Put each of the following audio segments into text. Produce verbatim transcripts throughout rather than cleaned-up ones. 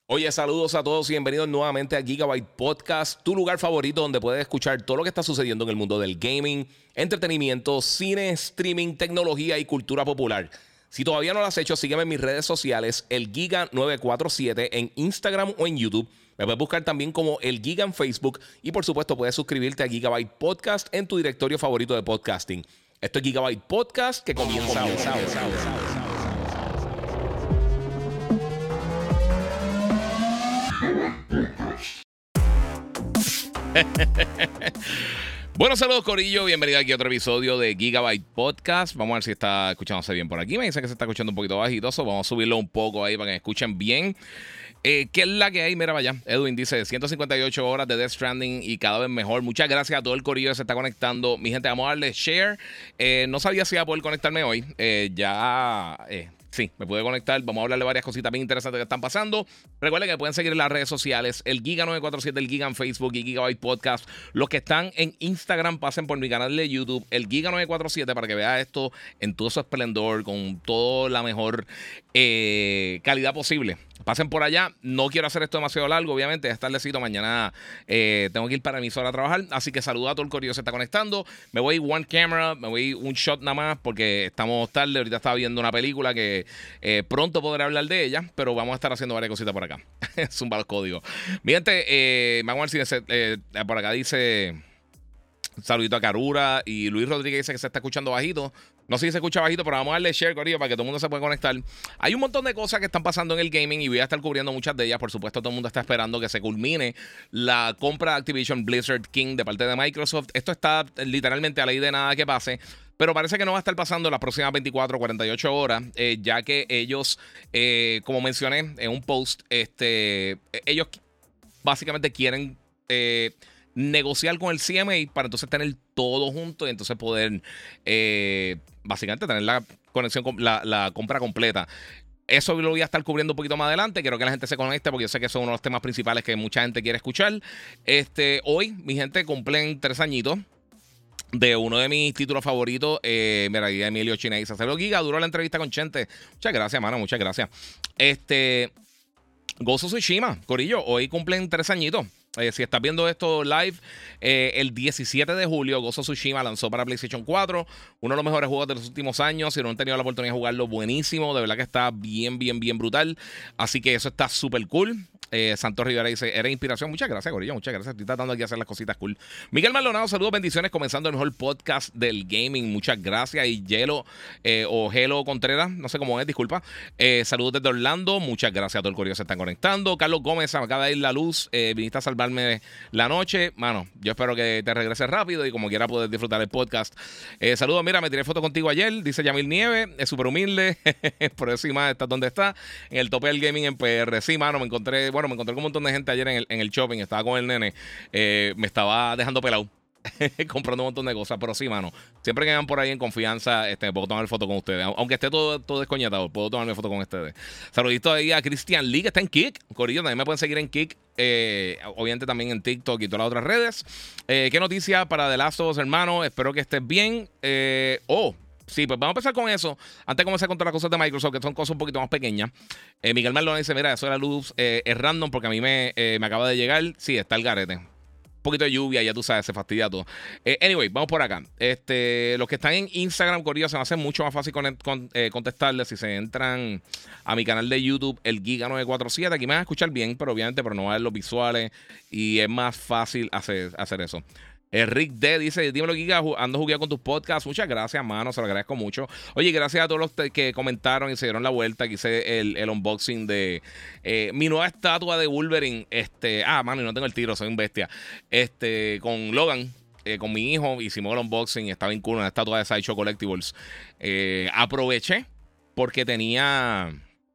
Oye, saludos a todos y bienvenidos nuevamente a Gigabyte Podcast, tu lugar favorito donde puedes escuchar todo lo que está sucediendo en el mundo del gaming, entretenimiento, cine, streaming, tecnología y cultura popular. Si todavía no lo has hecho, sígueme en mis redes sociales, el Giga nueve cuatro siete en Instagram o en YouTube. Me puedes buscar también como el Giga en Facebook y por supuesto puedes suscribirte a Gigabyte Podcast en tu directorio favorito de podcasting. Esto es Gigabyte Podcast que comienza ahora. Bueno, saludos Corillo, bienvenido aquí a otro episodio de Gigabyte Podcast. Vamos a ver si está escuchándose bien por aquí. Me dice que se está escuchando un poquito bajito, so vamos a subirlo un poco ahí para que me escuchen bien. Eh, ¿Qué es la que hay? Mira, vaya. Edwin dice ciento cincuenta y ocho horas de Death Stranding y cada vez mejor. Muchas gracias a todo el corillo que se está conectando. Mi gente, vamos a darle share. Eh, no sabía si iba a poder conectarme hoy. Eh, ya... Eh, Sí, me pude conectar. Vamos a hablar de varias cositas bien interesantes que están pasando. Recuerden que pueden seguir en las redes sociales, el Giga nueve cuatro siete, el Giga en Facebook y Gigabyte Podcast. Los que están en Instagram, pasen por mi canal de YouTube, el Giga nueve cuatro siete, para que vean esto en todo su esplendor, con toda la mejor eh, calidad posible. Pasen por allá. No quiero hacer esto demasiado largo, obviamente. Es tardecito. Mañana eh, tengo que ir para mi zona a trabajar. Así que saludo a todo el corillo que se está conectando. Me voy one camera, me voy un shot nada más porque estamos tarde. Ahorita estaba viendo una película que eh, pronto podré hablar de ella, pero vamos a estar haciendo varias cositas por acá. Zumba los códigos. Mi gente, eh, vamos a ver si eh, por acá dice... Saludito a Carura y Luis Rodríguez dice que se está escuchando bajito. No sé si se escucha bajito, pero vamos a darle share, corillo, para que todo el mundo se pueda conectar. Hay un montón de cosas que están pasando en el gaming y voy a estar cubriendo muchas de ellas. Por supuesto, todo el mundo está esperando que se culmine la compra de Activision Blizzard King de parte de Microsoft. Esto está literalmente a ley de nada que pase. Pero parece que no va a estar pasando en las próximas veinticuatro o cuarenta y ocho horas, eh, ya que ellos, eh, como mencioné en un post, este, ellos básicamente quieren... Eh, negociar con el C M A para entonces tener todo junto y entonces poder eh, básicamente tener la conexión, la, la compra completa. Eso lo voy a estar cubriendo un poquito más adelante. Quiero que la gente se conecte porque yo sé que son uno de los temas principales que mucha gente quiere escuchar. Este, hoy, mi gente, cumplen tres añitos de uno de mis títulos favoritos. Eh, mira, ahí Emilio Chiney se lo Giga, duró la entrevista con Chente. Muchas gracias, mano, muchas gracias. Este, Ghost of Tsushima, corillo, hoy cumplen tres añitos. Eh, si estás viendo esto live, eh, el diecisiete de julio, Ghost of Tsushima lanzó para PlayStation cuatro. Uno de los mejores juegos de los últimos años. Si no han tenido la oportunidad de jugarlo, buenísimo. De verdad que está bien, bien, bien brutal. Así que eso está súper cool. Eh, Santos Rivera dice, eres inspiración. Muchas gracias, Corillo, muchas gracias. Estoy tratando aquí de hacer las cositas cool. Miguel Maldonado, saludos, bendiciones, comenzando el mejor podcast del gaming. Muchas gracias. Y Yelo, eh, o Gelo Contreras, no sé cómo es, disculpa. Eh, saludos desde Orlando. Muchas gracias a todo el Corillo que se están conectando. Carlos Gómez, me acaba de ir la luz. Eh, viniste a salvarme la noche. Mano, yo espero que te regreses rápido y como quiera poder disfrutar el podcast. Eh, saludos, mira, me tiré foto contigo ayer. Dice Yamil Nieve, es súper humilde. Por encima estás donde está. En el tope del gaming en P R. Sí, mano, me encontré... Bueno, me encontré con un montón de gente ayer en el, en el shopping. Estaba con el nene. Eh, me estaba dejando pelado. Comprando un montón de cosas. Pero sí, mano. Siempre que van por ahí en confianza, este, puedo tomar foto con ustedes. Aunque esté todo, todo descoñetado, puedo tomarme foto con ustedes. Saludito ahí a Christian Lee, que está en Kick. Corillo, también me pueden seguir en Kick. Eh, obviamente también en TikTok y todas las otras redes. Eh, ¿Qué noticia para The Last of Us, hermano? Espero que estés bien. Eh, oh. Sí, pues vamos a empezar con eso. Antes de comenzar con todas las cosas de Microsoft, que son cosas un poquito más pequeñas. Eh, Miguel Maldonado dice, mira, eso de la luz eh, es random porque a mí me, eh, me acaba de llegar. Sí, está el garete. Un poquito de lluvia, ya tú sabes, se fastidia todo. Eh, anyway, vamos por acá. Este, los que están en Instagram, Corillo, se me hace mucho más fácil con, con, eh, contestarles si se entran a mi canal de YouTube, el Giga nueve cuatro siete. Aquí me van a escuchar bien, pero obviamente, pero no van a ver los visuales y es más fácil hacer, hacer eso. Eh, Rick D dice, dímelo, Giga, ando jugueando con tus podcasts. Muchas gracias, mano, se lo agradezco mucho. Oye, gracias a todos los que comentaron y se dieron la vuelta. Que hice el, el unboxing de eh, mi nueva estatua de Wolverine. Este, ah, mano, y no tengo el tiro, soy un bestia. Este, con Logan, eh, con mi hijo, hicimos el unboxing. Estaba bien cool, una estatua de Sideshow Collectibles. Eh, aproveché porque tenía,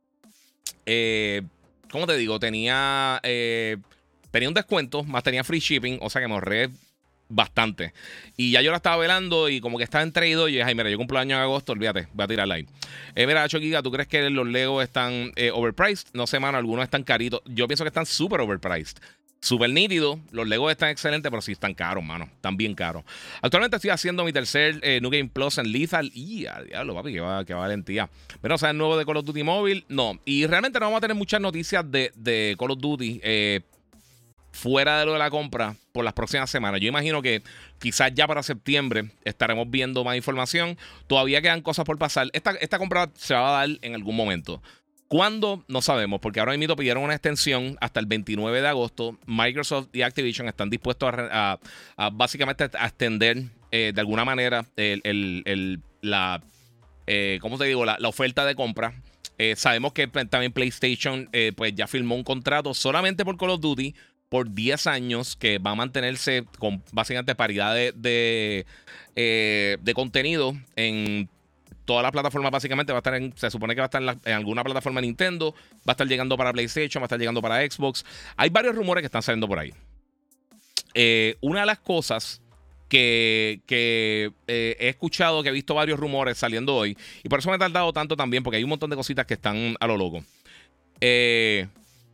eh, ¿cómo te digo? Tenía, eh, tenía un descuento, más tenía free shipping, o sea que me ahorré bastante. Y ya yo la estaba velando y como que estaba entreído. Y dije, ay, mira, yo cumplo año en agosto, olvídate, voy a tirarla ahí. Eh, mira, Nacho Giga, ¿tú crees que los Legos están eh, overpriced? No sé, mano, algunos están caritos. Yo pienso que están súper overpriced. Súper nítido. Los Legos están excelentes, pero sí están caros, mano. Están bien caros. Actualmente estoy haciendo mi tercer eh, New Game Plus en Lethal. Y a diablo, papi, qué, va, qué valentía. Pero, o sea, el nuevo de Call of Duty Mobile, no. Y realmente no vamos a tener muchas noticias de, de Call of Duty eh, fuera de lo de la compra por las próximas semanas. Yo imagino que quizás ya para septiembre estaremos viendo más información. Todavía quedan cosas por pasar. Esta, esta compra se va a dar en algún momento. ¿Cuándo? No sabemos, porque ahora mismo pidieron una extensión hasta el veintinueve de agosto. Microsoft y Activision están dispuestos a, a, a básicamente a extender eh, de alguna manera el, el, el, la, eh, ¿cómo te digo? La, la oferta de compra. Eh, sabemos que también PlayStation eh, pues ya firmó un contrato solamente por Call of Duty por diez años que va a mantenerse con básicamente paridad de, de, eh, de contenido en todas las plataformas. Básicamente va a estar en, se supone que va a estar en, la, en alguna plataforma Nintendo, va a estar llegando para PlayStation, va a estar llegando para Xbox. Hay varios rumores que están saliendo por ahí. Eh, una de las cosas que, que eh, he escuchado, que he visto varios rumores saliendo hoy, y por eso me he tardado tanto también, porque hay un montón de cositas que están a lo loco. Eh...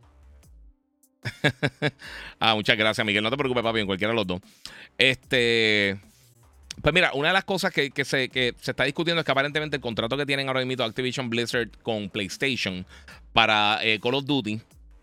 ah, muchas gracias, Miguel. No te preocupes, papi, en cualquiera de los dos. Este... Pues mira, una de las cosas que, que, se, que se está discutiendo es que aparentemente el contrato que tienen ahora mismo Activision Blizzard con PlayStation para eh, Call of Duty,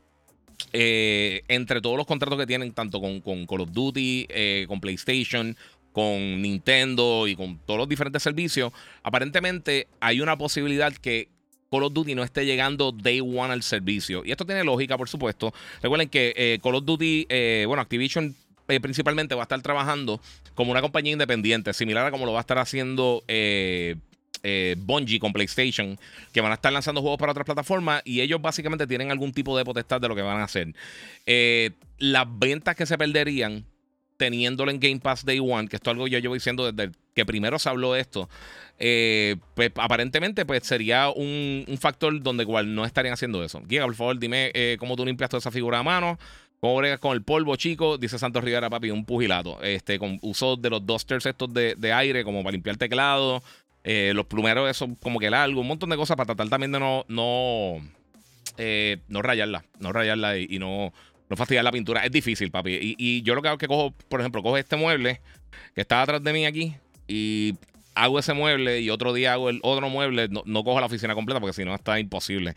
eh, entre todos los contratos que tienen, tanto con, con Call of Duty, eh, con PlayStation, con Nintendo y con todos los diferentes servicios, aparentemente hay una posibilidad que Call of Duty no esté llegando day one al servicio. Y esto tiene lógica, por supuesto. Recuerden que eh, Call of Duty, eh, bueno, Activision Eh, principalmente va a estar trabajando como una compañía independiente, similar a como lo va a estar haciendo eh, eh, Bungie con PlayStation, que van a estar lanzando juegos para otras plataformas y ellos básicamente tienen algún tipo de potestad de lo que van a hacer. Eh, las ventas que se perderían teniéndolo en Game Pass Day One, que esto es algo que yo llevo diciendo desde que primero se habló de esto, eh, pues aparentemente pues sería un, un factor donde igual no estarían haciendo eso. Giga, por favor, dime eh, cómo tú limpias toda esa figura a mano. ¿Cómo bregas con el polvo, chico? Dice Santos Rivera, papi, un pugilato. Este, con uso de los dusters estos de, de aire, como para limpiar el teclado. Eh, los plumeros, eso como que largo. Un montón de cosas para tratar también de no, no, eh, no rayarla. No rayarla y, y no, no fastidiar la pintura. Es difícil, papi. Y, y yo lo que hago es que cojo, por ejemplo, cojo este mueble que está atrás de mí aquí y hago ese mueble y otro día hago el otro mueble. No, no cojo la oficina completa porque si no está imposible.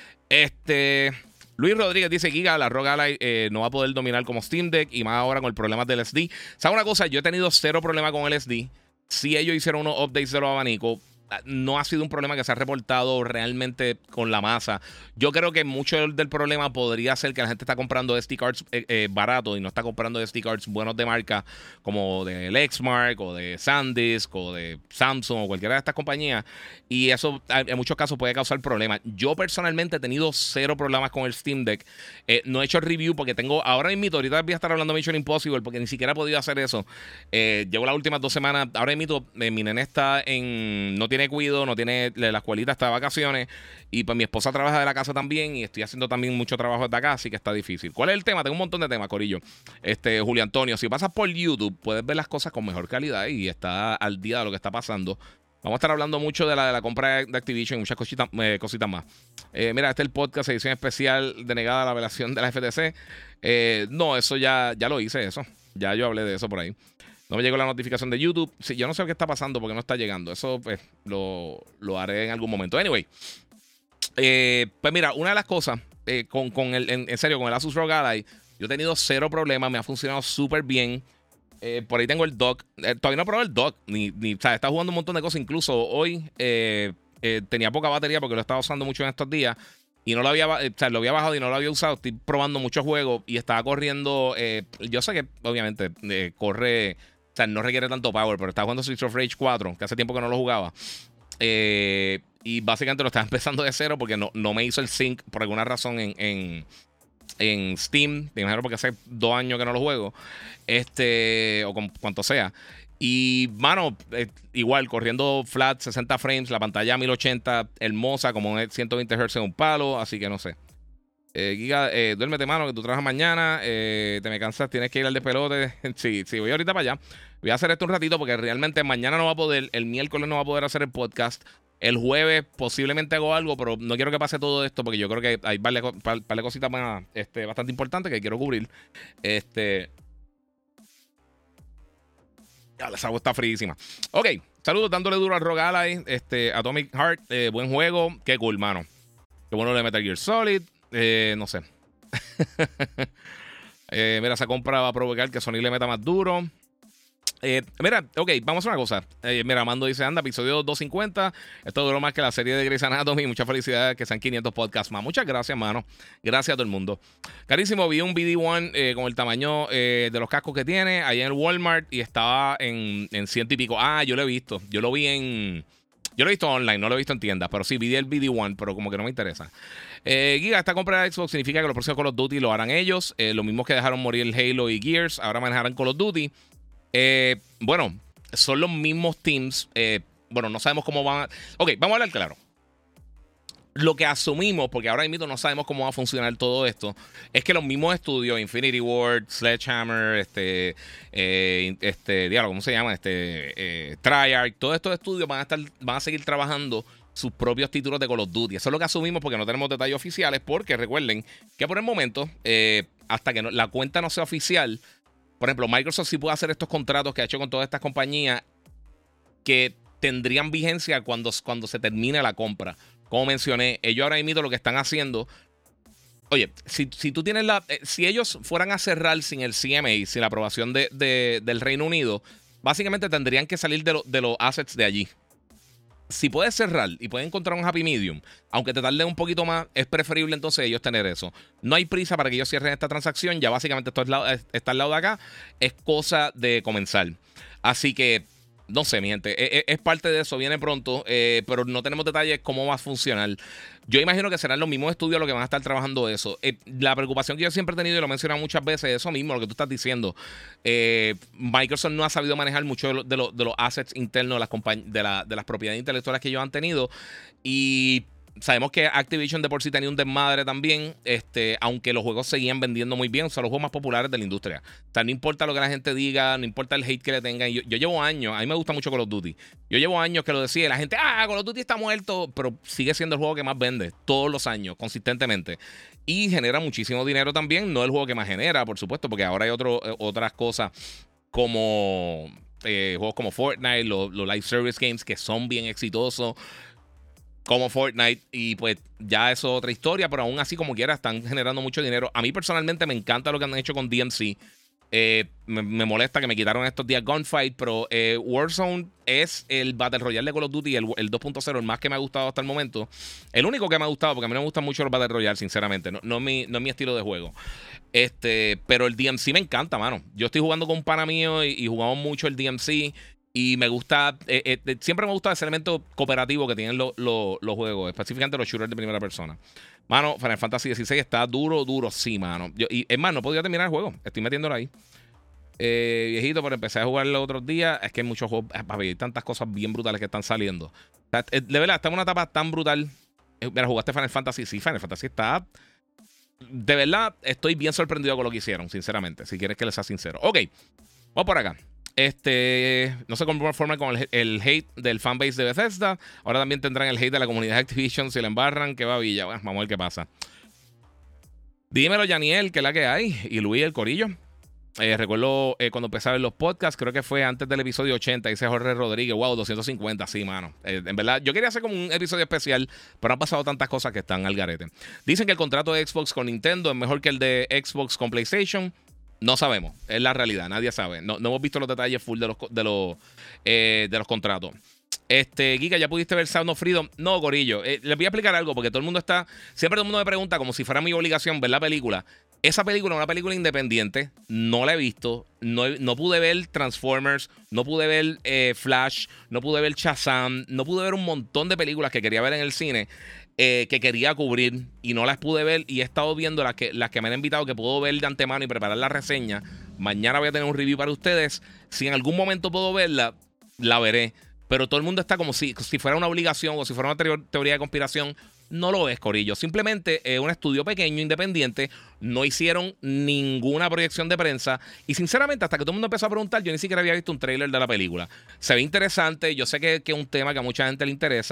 Este... Luis Rodríguez dice: Giga, la R O G Ally eh, no va a poder dominar como Steam Deck y más ahora con el problema del S D. ¿Sabes una cosa? Yo he tenido cero problema con el S D. Si ellos hicieron unos updates de los abanicos, no ha sido un problema que se ha reportado realmente con la masa. Yo creo que mucho del, del problema podría ser que la gente está comprando S D cards eh, eh, baratos y no está comprando S D cards buenos de marca como de Lexmark o de SanDisk o de Samsung o cualquiera de estas compañías. Y eso en muchos casos puede causar problemas. Yo personalmente he tenido cero problemas con el Steam Deck. Eh, no he hecho review porque tengo ahora mismo, ahorita voy a estar hablando de Mission Impossible porque ni siquiera he podido hacer eso. Eh, llevo las últimas dos semanas. Ahora mismo eh, mi nene está en... no tiene cuido, no tiene la escuelita, está de vacaciones y pues mi esposa trabaja de la casa también y estoy haciendo también mucho trabajo desde acá, así que está difícil. ¿Cuál es el tema? Tengo un montón de temas, corillo. Este, Julio Antonio, si pasas por YouTube puedes ver las cosas con mejor calidad y está al día de lo que está pasando. Vamos a estar hablando mucho de la, de la compra de Activision y muchas cositas, eh, cositas más. Eh, mira, este es el podcast, edición especial denegada la revelación de la F T C. Eh, no, eso ya, ya lo hice, eso. Ya yo hablé de eso por ahí. No me llegó la notificación de YouTube. Sí, yo no sé qué está pasando porque no está llegando. Eso pues lo, lo haré en algún momento. Anyway. Eh, pues mira, una de las cosas eh, con, con el, en, en serio, con el Asus R O G Ally, yo he tenido cero problemas. Me ha funcionado súper bien. Eh, por ahí tengo el dock. Eh, todavía no he probado el dock. Ni, ni, o sea, está jugando un montón de cosas. Incluso hoy eh, eh, tenía poca batería porque lo estaba usando mucho en estos días. Y no lo había, o sea, lo había bajado y no lo había usado. Estoy probando muchos juegos y estaba corriendo. Eh, yo sé que obviamente eh, corre... O sea, no requiere tanto power, pero estaba jugando Streets of Rage cuatro, que hace tiempo que no lo jugaba. Eh, y básicamente lo estaba empezando de cero porque no, no me hizo el sync por alguna razón en, en, en Steam. Me imagino porque hace dos años que no lo juego. Este, o con cuanto sea. Y, mano, eh, igual, corriendo flat, sesenta frames, la pantalla mil ochenta, hermosa, como ciento veinte hertz en un palo, así que no sé. Eh, Giga, eh, duérmete, mano, que tú trabajas mañana. Eh, te me cansas, tienes que ir al despelote. Sí, sí, voy ahorita para allá. Voy a hacer esto un ratito porque realmente mañana no va a poder, el miércoles no va a poder hacer el podcast. El jueves posiblemente hago algo, pero no quiero que pase todo esto porque yo creo que hay varias par, par de cositas más, este, bastante importantes que quiero cubrir. Este. Ya, la agua está fríísima. Ok, saludos, dándole duro al Rogue Ally, este, Atomic Heart, eh, buen juego, qué cool, mano. Qué bueno de Metal Gear Solid, eh, no sé. eh, mira, esa compra va a provocar que Sony le meta más duro. Eh, mira, ok, vamos a una cosa. Eh, mira, Mando dice, anda, episodio doscientos cincuenta. Esto duró más que la serie de Grey's Anatomy. Muchas felicidades, que sean quinientos podcasts más. Muchas gracias, mano. Gracias a todo el mundo. Carísimo, vi un B D uno eh, con el tamaño eh, de los cascos que tiene allá en el Walmart y estaba en, en ciento y pico. Ah, yo lo he visto. Yo lo vi en... Yo lo he visto online, no lo he visto en tiendas, pero sí, vi el B D uno, pero como que no me interesa. Eh, Giga, esta compra de Xbox significa que los próximos Call of Duty lo harán ellos. Eh, lo mismo que dejaron morir el Halo y Gears, ahora manejarán Call of Duty. Eh, bueno, son los mismos teams. Eh, bueno, no sabemos cómo van a... Ok, vamos a hablar claro. Lo que asumimos, porque ahora mismo no sabemos cómo va a funcionar todo esto, es que los mismos estudios, Infinity Ward, Sledgehammer, este, eh, este, diablo, ¿cómo se llama? Este, eh, Treyarch, todos estos estudios van a estar, van a seguir trabajando sus propios títulos de Call of Duty. Eso es lo que asumimos porque no tenemos detalles oficiales, porque recuerden que por el momento, eh, hasta que no, la cuenta no sea oficial, por ejemplo, Microsoft sí puede hacer estos contratos que ha hecho con todas estas compañías que tendrían vigencia cuando, cuando se termine la compra. Como mencioné, ellos ahora mismo lo que están haciendo. Oye, si, si tú tienes la. Eh, si ellos fueran a cerrar sin el C M A, sin la aprobación de, de, del Reino Unido, básicamente tendrían que salir de, lo, de los assets de allí. Si puedes cerrar y puedes encontrar un happy medium, aunque te tarde un poquito más, es preferible entonces ellos tener eso. No hay prisa para que ellos cierren esta transacción. Ya básicamente esto es está al lado de acá. Es cosa de comenzar. Así que. No sé, mi gente, es, es parte de eso, viene pronto, eh, pero no tenemos detalles cómo va a funcionar. Yo imagino que serán los mismos estudios los que van a estar trabajando eso. Eh, la preocupación que yo siempre he tenido, y lo he mencionado muchas veces, es eso mismo, lo que tú estás diciendo. Eh, Microsoft no ha sabido manejar mucho de, lo, de, lo, de los assets internos de las, de, la, de las propiedades intelectuales que ellos han tenido. Y sabemos que Activision de por sí tenía un desmadre también, este, aunque los juegos seguían vendiendo muy bien, son los juegos más populares de la industria. O sea, no importa lo que la gente diga, no importa el hate que le tengan. Yo, yo llevo años, a mí me gusta mucho Call of Duty. Yo llevo años que lo decía, la gente, ah, Call of Duty está muerto, pero sigue siendo el juego que más vende todos los años, consistentemente. Y genera muchísimo dinero también, no el juego que más genera, por supuesto, porque ahora hay otro, otras cosas como eh, juegos como Fortnite, los, los live service games que son bien exitosos, como Fortnite, y pues ya eso es otra historia, pero aún así como quiera están generando mucho dinero. A mí personalmente me encanta lo que han hecho con D M C. Eh, me, me molesta que me quitaron estos días Gunfight, pero eh, Warzone es el Battle Royale de Call of Duty, el, el dos punto cero, el más que me ha gustado hasta el momento. El único que me ha gustado, porque a mí no me gustan mucho los Battle Royale, sinceramente. No, no, es mi, no es mi estilo de juego. Este, pero el D M C me encanta, mano. Yo estoy jugando con un pana mío y, y jugamos mucho el D M C. Y me gusta, eh, eh, siempre me gusta ese elemento cooperativo que tienen lo, lo, los juegos, específicamente los shooters de primera persona. Mano, Final Fantasy dieciséis está duro, duro, sí, mano. Yo, y es más, no podía terminar el juego, estoy metiéndolo ahí. Eh, viejito, pero empecé a jugar los otros días. Es que hay muchos juegos, hay tantas cosas bien brutales que están saliendo. O sea, de verdad, está en una etapa tan brutal. Mira, jugaste Final Fantasy, sí, Final Fantasy está. De verdad, estoy bien sorprendido con lo que hicieron, sinceramente, si quieres que les sea sincero. Ok, vamos por acá. Este, no se conforman con el, el hate del fanbase de Bethesda. Ahora también tendrán el hate de la comunidad de Activision. Si le embarran, que va a Villa. Bueno, vamos a ver qué pasa. Dímelo, Yaniel, que es la que hay. Y Luis, el corillo. Eh, recuerdo eh, cuando empezaron los podcasts, creo que fue antes del episodio ochenta. Dice Jorge Rodríguez, wow, doscientos cincuenta. Sí, mano. Eh, en verdad, yo quería hacer como un episodio especial, pero han pasado tantas cosas que están al garete. Dicen que el contrato de Xbox con Nintendo es mejor que el de Xbox con PlayStation. No sabemos, es la realidad, nadie sabe. No, no hemos visto los detalles full de los, de los, eh, de los contratos. Este, Giga, ¿ya pudiste ver Sound of Freedom? No, gorillo. Eh, les voy a explicar algo porque todo el mundo está. Siempre todo el mundo me pregunta, como si fuera mi obligación, ver la película. Esa película es una película independiente. No la he visto. No, no pude ver Transformers. No pude ver eh, Flash. No pude ver Shazam. No pude ver un montón de películas que quería ver en el cine. Eh, que quería cubrir y no las pude ver y he estado viendo las que, las que me han invitado que puedo ver de antemano y preparar la reseña. Mañana voy a tener un review para ustedes. Si en algún momento puedo verla, la veré. Pero todo el mundo está como si, si fuera una obligación o si fuera una teor- teoría de conspiración. No lo es, corillo. Simplemente es un estudio pequeño, independiente. No hicieron ninguna proyección de prensa. Y sinceramente, hasta que todo el mundo empezó a preguntar, yo ni siquiera había visto un tráiler de la película. Se ve interesante. Yo sé que, que es un tema que a mucha gente le interesa.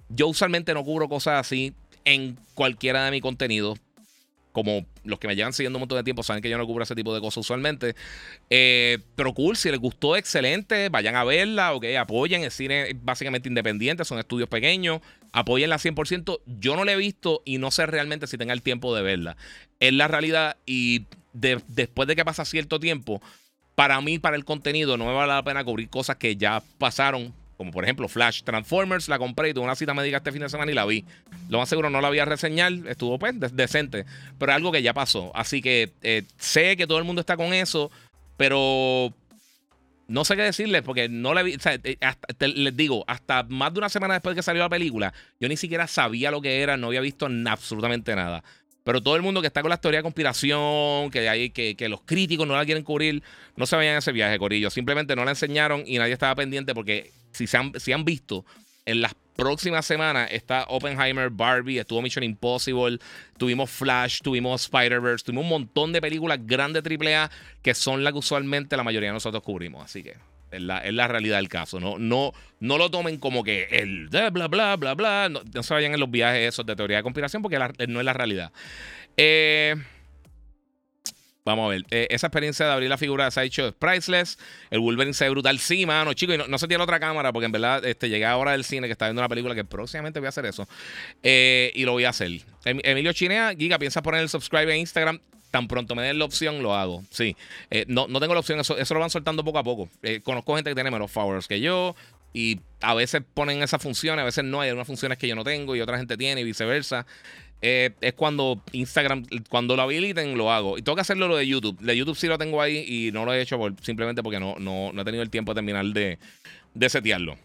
yo usualmente no cubro cosas así en cualquiera de mi contenido. Como los que me llevan siguiendo un montón de tiempo saben que yo no cubro ese tipo de cosas usualmente. Eh, pero cool, si les gustó, excelente. Vayan a verla, ok, apoyen. El cine es básicamente independiente, son estudios pequeños. Apóyenla cien por ciento. Yo no la he visto y no sé realmente si tenga el tiempo de verla. Es la realidad y de, después de que pasa cierto tiempo, para mí, para el contenido, no me vale la pena cubrir cosas que ya pasaron. Como por ejemplo Flash Transformers, la compré y tuve una cita médica este fin de semana y la vi. Lo más seguro no la voy a reseñar, estuvo pues de decente, pero es algo que ya pasó. Así que eh, sé que todo el mundo está con eso, pero no sé qué decirles porque no la vi. O sea, eh, hasta, te, les digo, hasta más de una semana después de que salió la película, yo ni siquiera sabía lo que era, no había visto absolutamente nada. Pero todo el mundo que está con la teoría de conspiración, que, hay, que, que los críticos no la quieren cubrir, no se vayan a ese viaje, corillo. Simplemente no la enseñaron y nadie estaba pendiente porque si se han, si han visto, en las próximas semanas está Oppenheimer, Barbie, estuvo Mission Impossible, tuvimos Flash, tuvimos Spider-Verse, tuvimos un montón de películas grandes triple A que son las que usualmente la mayoría de nosotros cubrimos. Así que es la, es la realidad del caso. No, no, no lo tomen como que el bla, bla, bla, bla, bla. No, no se vayan en los viajes esos de teoría de conspiración porque la, no es la realidad. Eh... Vamos a ver. Eh, esa experiencia de abrir la figura de Sideshow es priceless. El Wolverine se ve brutal. Sí, mano, chicos. Y no, no se tiene otra cámara porque en verdad este, llegué ahora del cine que está viendo una película que próximamente voy a hacer eso. Eh, y lo voy a hacer. Em, Emilio Chinea, Giga, ¿piensas poner el subscribe en Instagram? Tan pronto me den la opción, lo hago. Sí. Eh, no, no tengo la opción. Eso, eso lo van soltando poco a poco. Eh, conozco gente que tiene menos followers que yo. Y a veces ponen esas funciones, a veces no. Hay unas funciones que yo no tengo y otra gente tiene y viceversa. Eh, es cuando Instagram, cuando lo habiliten, lo hago. Y tengo que hacerlo lo de YouTube. De YouTube sí lo tengo ahí y no lo he hecho por, simplemente porque no, no, no he tenido el tiempo de terminar de, de setearlo.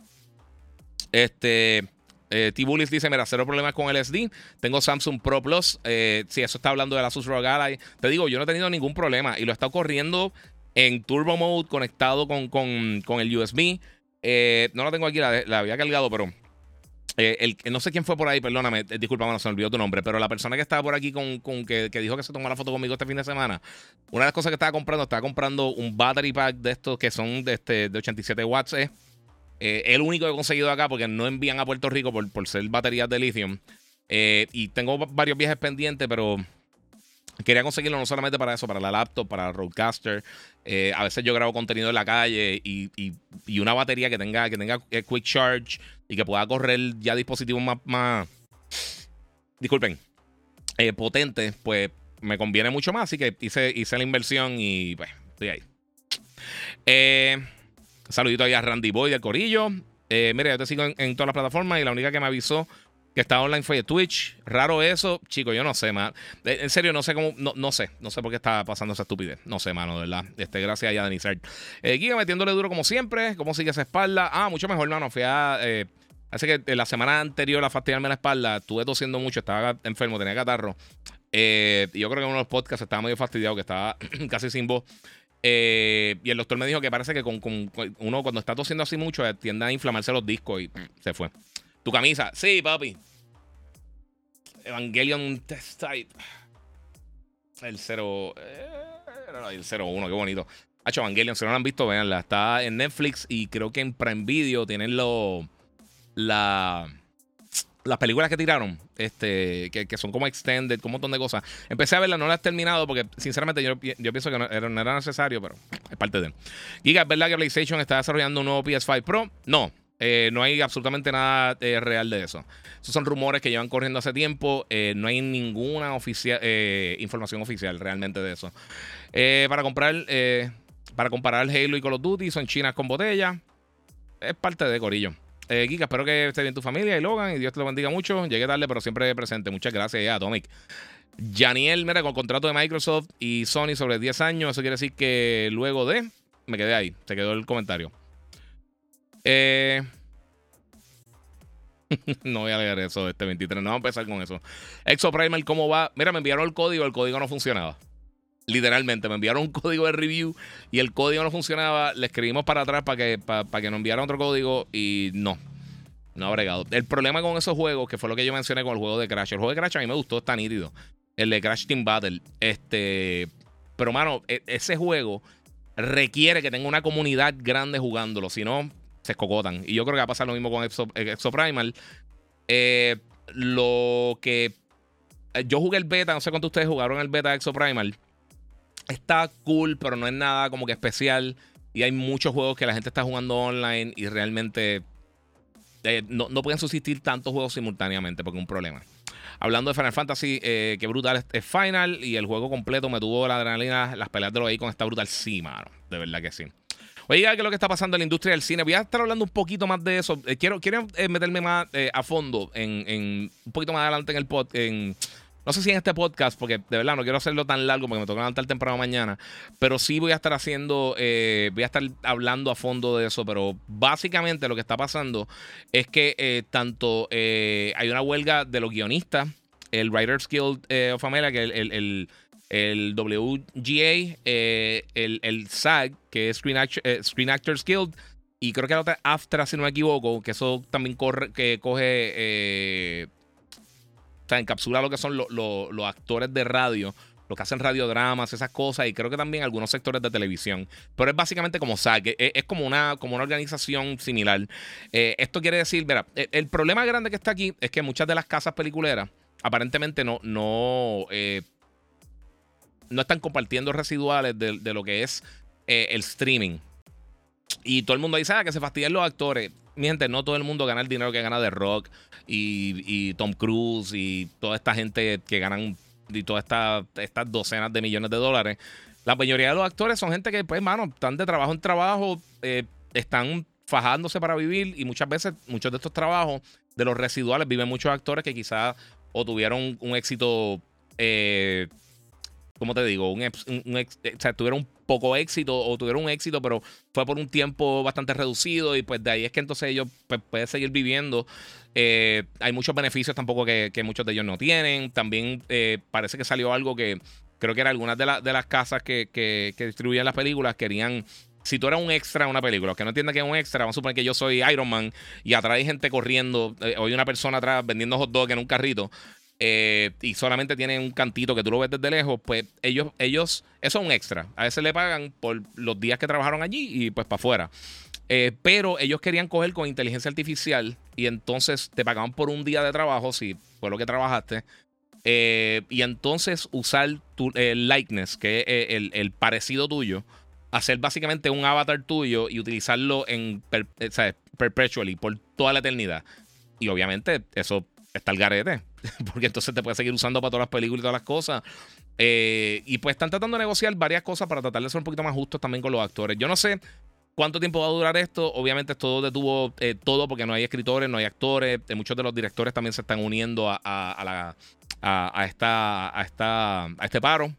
Este. Eh, T-Bullis dice: mira, cero problemas con el S D. Tengo Samsung Pro Plus. Eh, si eso está hablando de la Asus R O G Ally. Te digo, yo no he tenido ningún problema. Y lo he estado corriendo en Turbo Mode, conectado con, con, con el U S B. Eh, no lo tengo aquí, la, la había cargado, pero. Eh, el, no sé quién fue por ahí, perdóname, eh, disculpa, no se me olvidó tu nombre, pero la persona que estaba por aquí con, con que, que dijo que se tomó la foto conmigo este fin de semana, una de las cosas que estaba comprando, estaba comprando un battery pack de estos que son de, este, de ochenta y siete watts. Eh. Eh, el único que he conseguido acá porque no envían a Puerto Rico por, por ser baterías de lithium. Eh, y tengo varios viajes pendientes, pero quería conseguirlo no solamente para eso, para la laptop, para el Roadcaster. Eh, a veces yo grabo contenido en la calle y, y, y una batería que tenga, que tenga eh, quick charge y que pueda correr ya dispositivos más, más disculpen, eh, potentes, pues me conviene mucho más. Así que hice, hice la inversión y pues estoy ahí. Eh, saludito ahí a Randy Boy del Corillo. Eh, mira, yo te sigo en, en todas las plataformas y la única que me avisó que estaba online fue de Twitch. Raro eso, chicos, yo no sé, man. En serio, no sé cómo, no, no sé, no sé por qué está pasando esa estupidez. No sé, mano, de verdad. Este, gracias a Yadenizar. Eh, Giga metiéndole duro como siempre. ¿Cómo sigue esa espalda? Ah, mucho mejor, mano. Fui a. Eh, así que la semana anterior a fastidiarme la espalda, estuve tosiendo mucho, estaba enfermo, tenía catarro. Eh, y yo creo que en uno de los podcasts estaba medio fastidiado, que estaba casi sin voz. Eh, y el doctor me dijo que parece que con, con, con uno cuando está tosiendo así mucho, eh, tiende a inflamarse los discos y se fue. Tu camisa. Sí, papi. Evangelion Test Type. El cero. Eh, el cero uno, qué bonito. Hacho, Evangelion, si no lo han visto, véanla. Está en Netflix y creo que en Prime Video tienen lo, la, las películas que tiraron. Este, que, que son como extended, con un montón de cosas. Empecé a verla, no la he terminado porque, sinceramente, yo, yo pienso que no era, no era necesario, pero es parte de. Giga, ¿es verdad que PlayStation está desarrollando un nuevo P S cinco Pro? No. Eh, no hay absolutamente nada eh, real de eso. Esos son rumores que llevan corriendo hace tiempo. Eh, no hay ninguna oficial, eh, información oficial realmente de eso. Eh, para comprar, eh, para comparar Halo y Call of Duty, son chinas con botella. Es parte de Corillo. Eh, Kika, espero que esté bien tu familia y Logan y Dios te lo bendiga mucho. Llegué tarde, pero siempre presente. Muchas gracias, ya, Atomic. Janiel, mira, con el contrato de Microsoft y Sony sobre diez años, eso quiere decir que luego de. Me quedé ahí, se quedó el comentario. Eh, no voy a leer eso de este veintitrés. No vamos a empezar con eso. Exoprimal, ¿cómo va? Mira, me enviaron el código. El código no funcionaba. Literalmente, me enviaron un código de review y el código no funcionaba. Le escribimos para atrás para que, para, para que nos enviaran otro código y no. No ha bregado. El problema con esos juegos, que fue lo que yo mencioné con el juego de Crash. El juego de Crash a mí me gustó, está nítido. El de Crash Team Battle. Este. Pero, mano, ese juego requiere que tenga una comunidad grande jugándolo. Si no, se escocotan. Y yo creo que va a pasar lo mismo con Exo, Exoprimal. Eh, lo que... Yo jugué el beta, no sé cuántos de ustedes jugaron el beta de Exoprimal. Está cool, pero no es nada como que especial. Y hay muchos juegos que la gente está jugando online y realmente eh, no, no pueden subsistir tantos juegos simultáneamente porque es un problema. Hablando de Final Fantasy, eh, qué brutal es, es Final. Y el juego completo me tuvo la adrenalina. Las peleas de los Icons está brutal. Sí, mano. De verdad que sí. Oiga, ¿qué es lo que está pasando en la industria del cine? Voy a estar hablando un poquito más de eso. Eh, quiero quiero eh, meterme más eh, a fondo en, en un poquito más adelante en el pod, en, no sé si en este podcast, porque de verdad no quiero hacerlo tan largo porque me toca levantar temprano mañana. Pero sí voy a estar haciendo, eh, voy a estar hablando a fondo de eso. Pero básicamente lo que está pasando es que eh, tanto eh, hay una huelga de los guionistas, el Writers Guild eh, of America, que el, el, el el W G A, eh, el, el SAG, que es Screen, Act eh, Screen Actors Guild, y creo que la otra AFTRA, si no me equivoco, que eso también corre, que coge, eh, o sea, encapsula lo que son lo, lo, los actores de radio, los que hacen radiodramas, esas cosas, y creo que también algunos sectores de televisión. Pero es básicamente como SAG, es, es como, una, como una organización similar. Eh, esto quiere decir, mira, el, el problema grande que está aquí es que muchas de las casas peliculeras aparentemente no... no eh, no están compartiendo residuales de, de lo que es eh, el streaming. Y todo el mundo dice, ah, que se fastidian los actores. Mi gente, no todo el mundo gana el dinero que gana The Rock y, y Tom Cruise y toda esta gente que ganan y todas esta, estas docenas de millones de dólares. La mayoría de los actores son gente que, pues, mano, están de trabajo en trabajo, eh, están fajándose para vivir y muchas veces, muchos de estos trabajos, de los residuales, viven muchos actores que quizás o tuvieron un éxito... Eh, ¿Cómo te digo? Un, un, un ex, o sea, tuvieron un poco éxito o tuvieron un éxito, pero fue por un tiempo bastante reducido y pues de ahí es que entonces ellos pues, pueden seguir viviendo. Eh, hay muchos beneficios tampoco que, que muchos de ellos no tienen. También eh, parece que salió algo que creo que era algunas de, la, de las casas que, que, que distribuían las películas querían... Si tú eras un extra en una película, que no entienda que es un extra, vamos a suponer que yo soy Iron Man y atrás hay gente corriendo, eh, o hay una persona atrás vendiendo hot dog en un carrito. Eh, y solamente tienen un cantito que tú lo ves desde lejos, pues ellos, ellos, eso es un extra. A veces le pagan por los días que trabajaron allí y pues para afuera. Eh, pero ellos querían coger con inteligencia artificial y entonces te pagaban por un día de trabajo, si fue lo que trabajaste. Eh, y entonces usar tu el likeness, que es el, el parecido tuyo, hacer básicamente un avatar tuyo y utilizarlo en per, o sea, perpetually, por toda la eternidad. Y obviamente eso está el garete. Porque entonces te puedes seguir usando para todas las películas y todas las cosas. Eh, y pues están tratando de negociar varias cosas para tratar de ser un poquito más justos también con los actores. Yo no sé cuánto tiempo va a durar esto. Obviamente todo detuvo eh, todo porque no hay escritores, no hay actores. Eh, muchos de los directores también se están uniendo a, a, a, la, a, a, esta, a, esta, a este paro.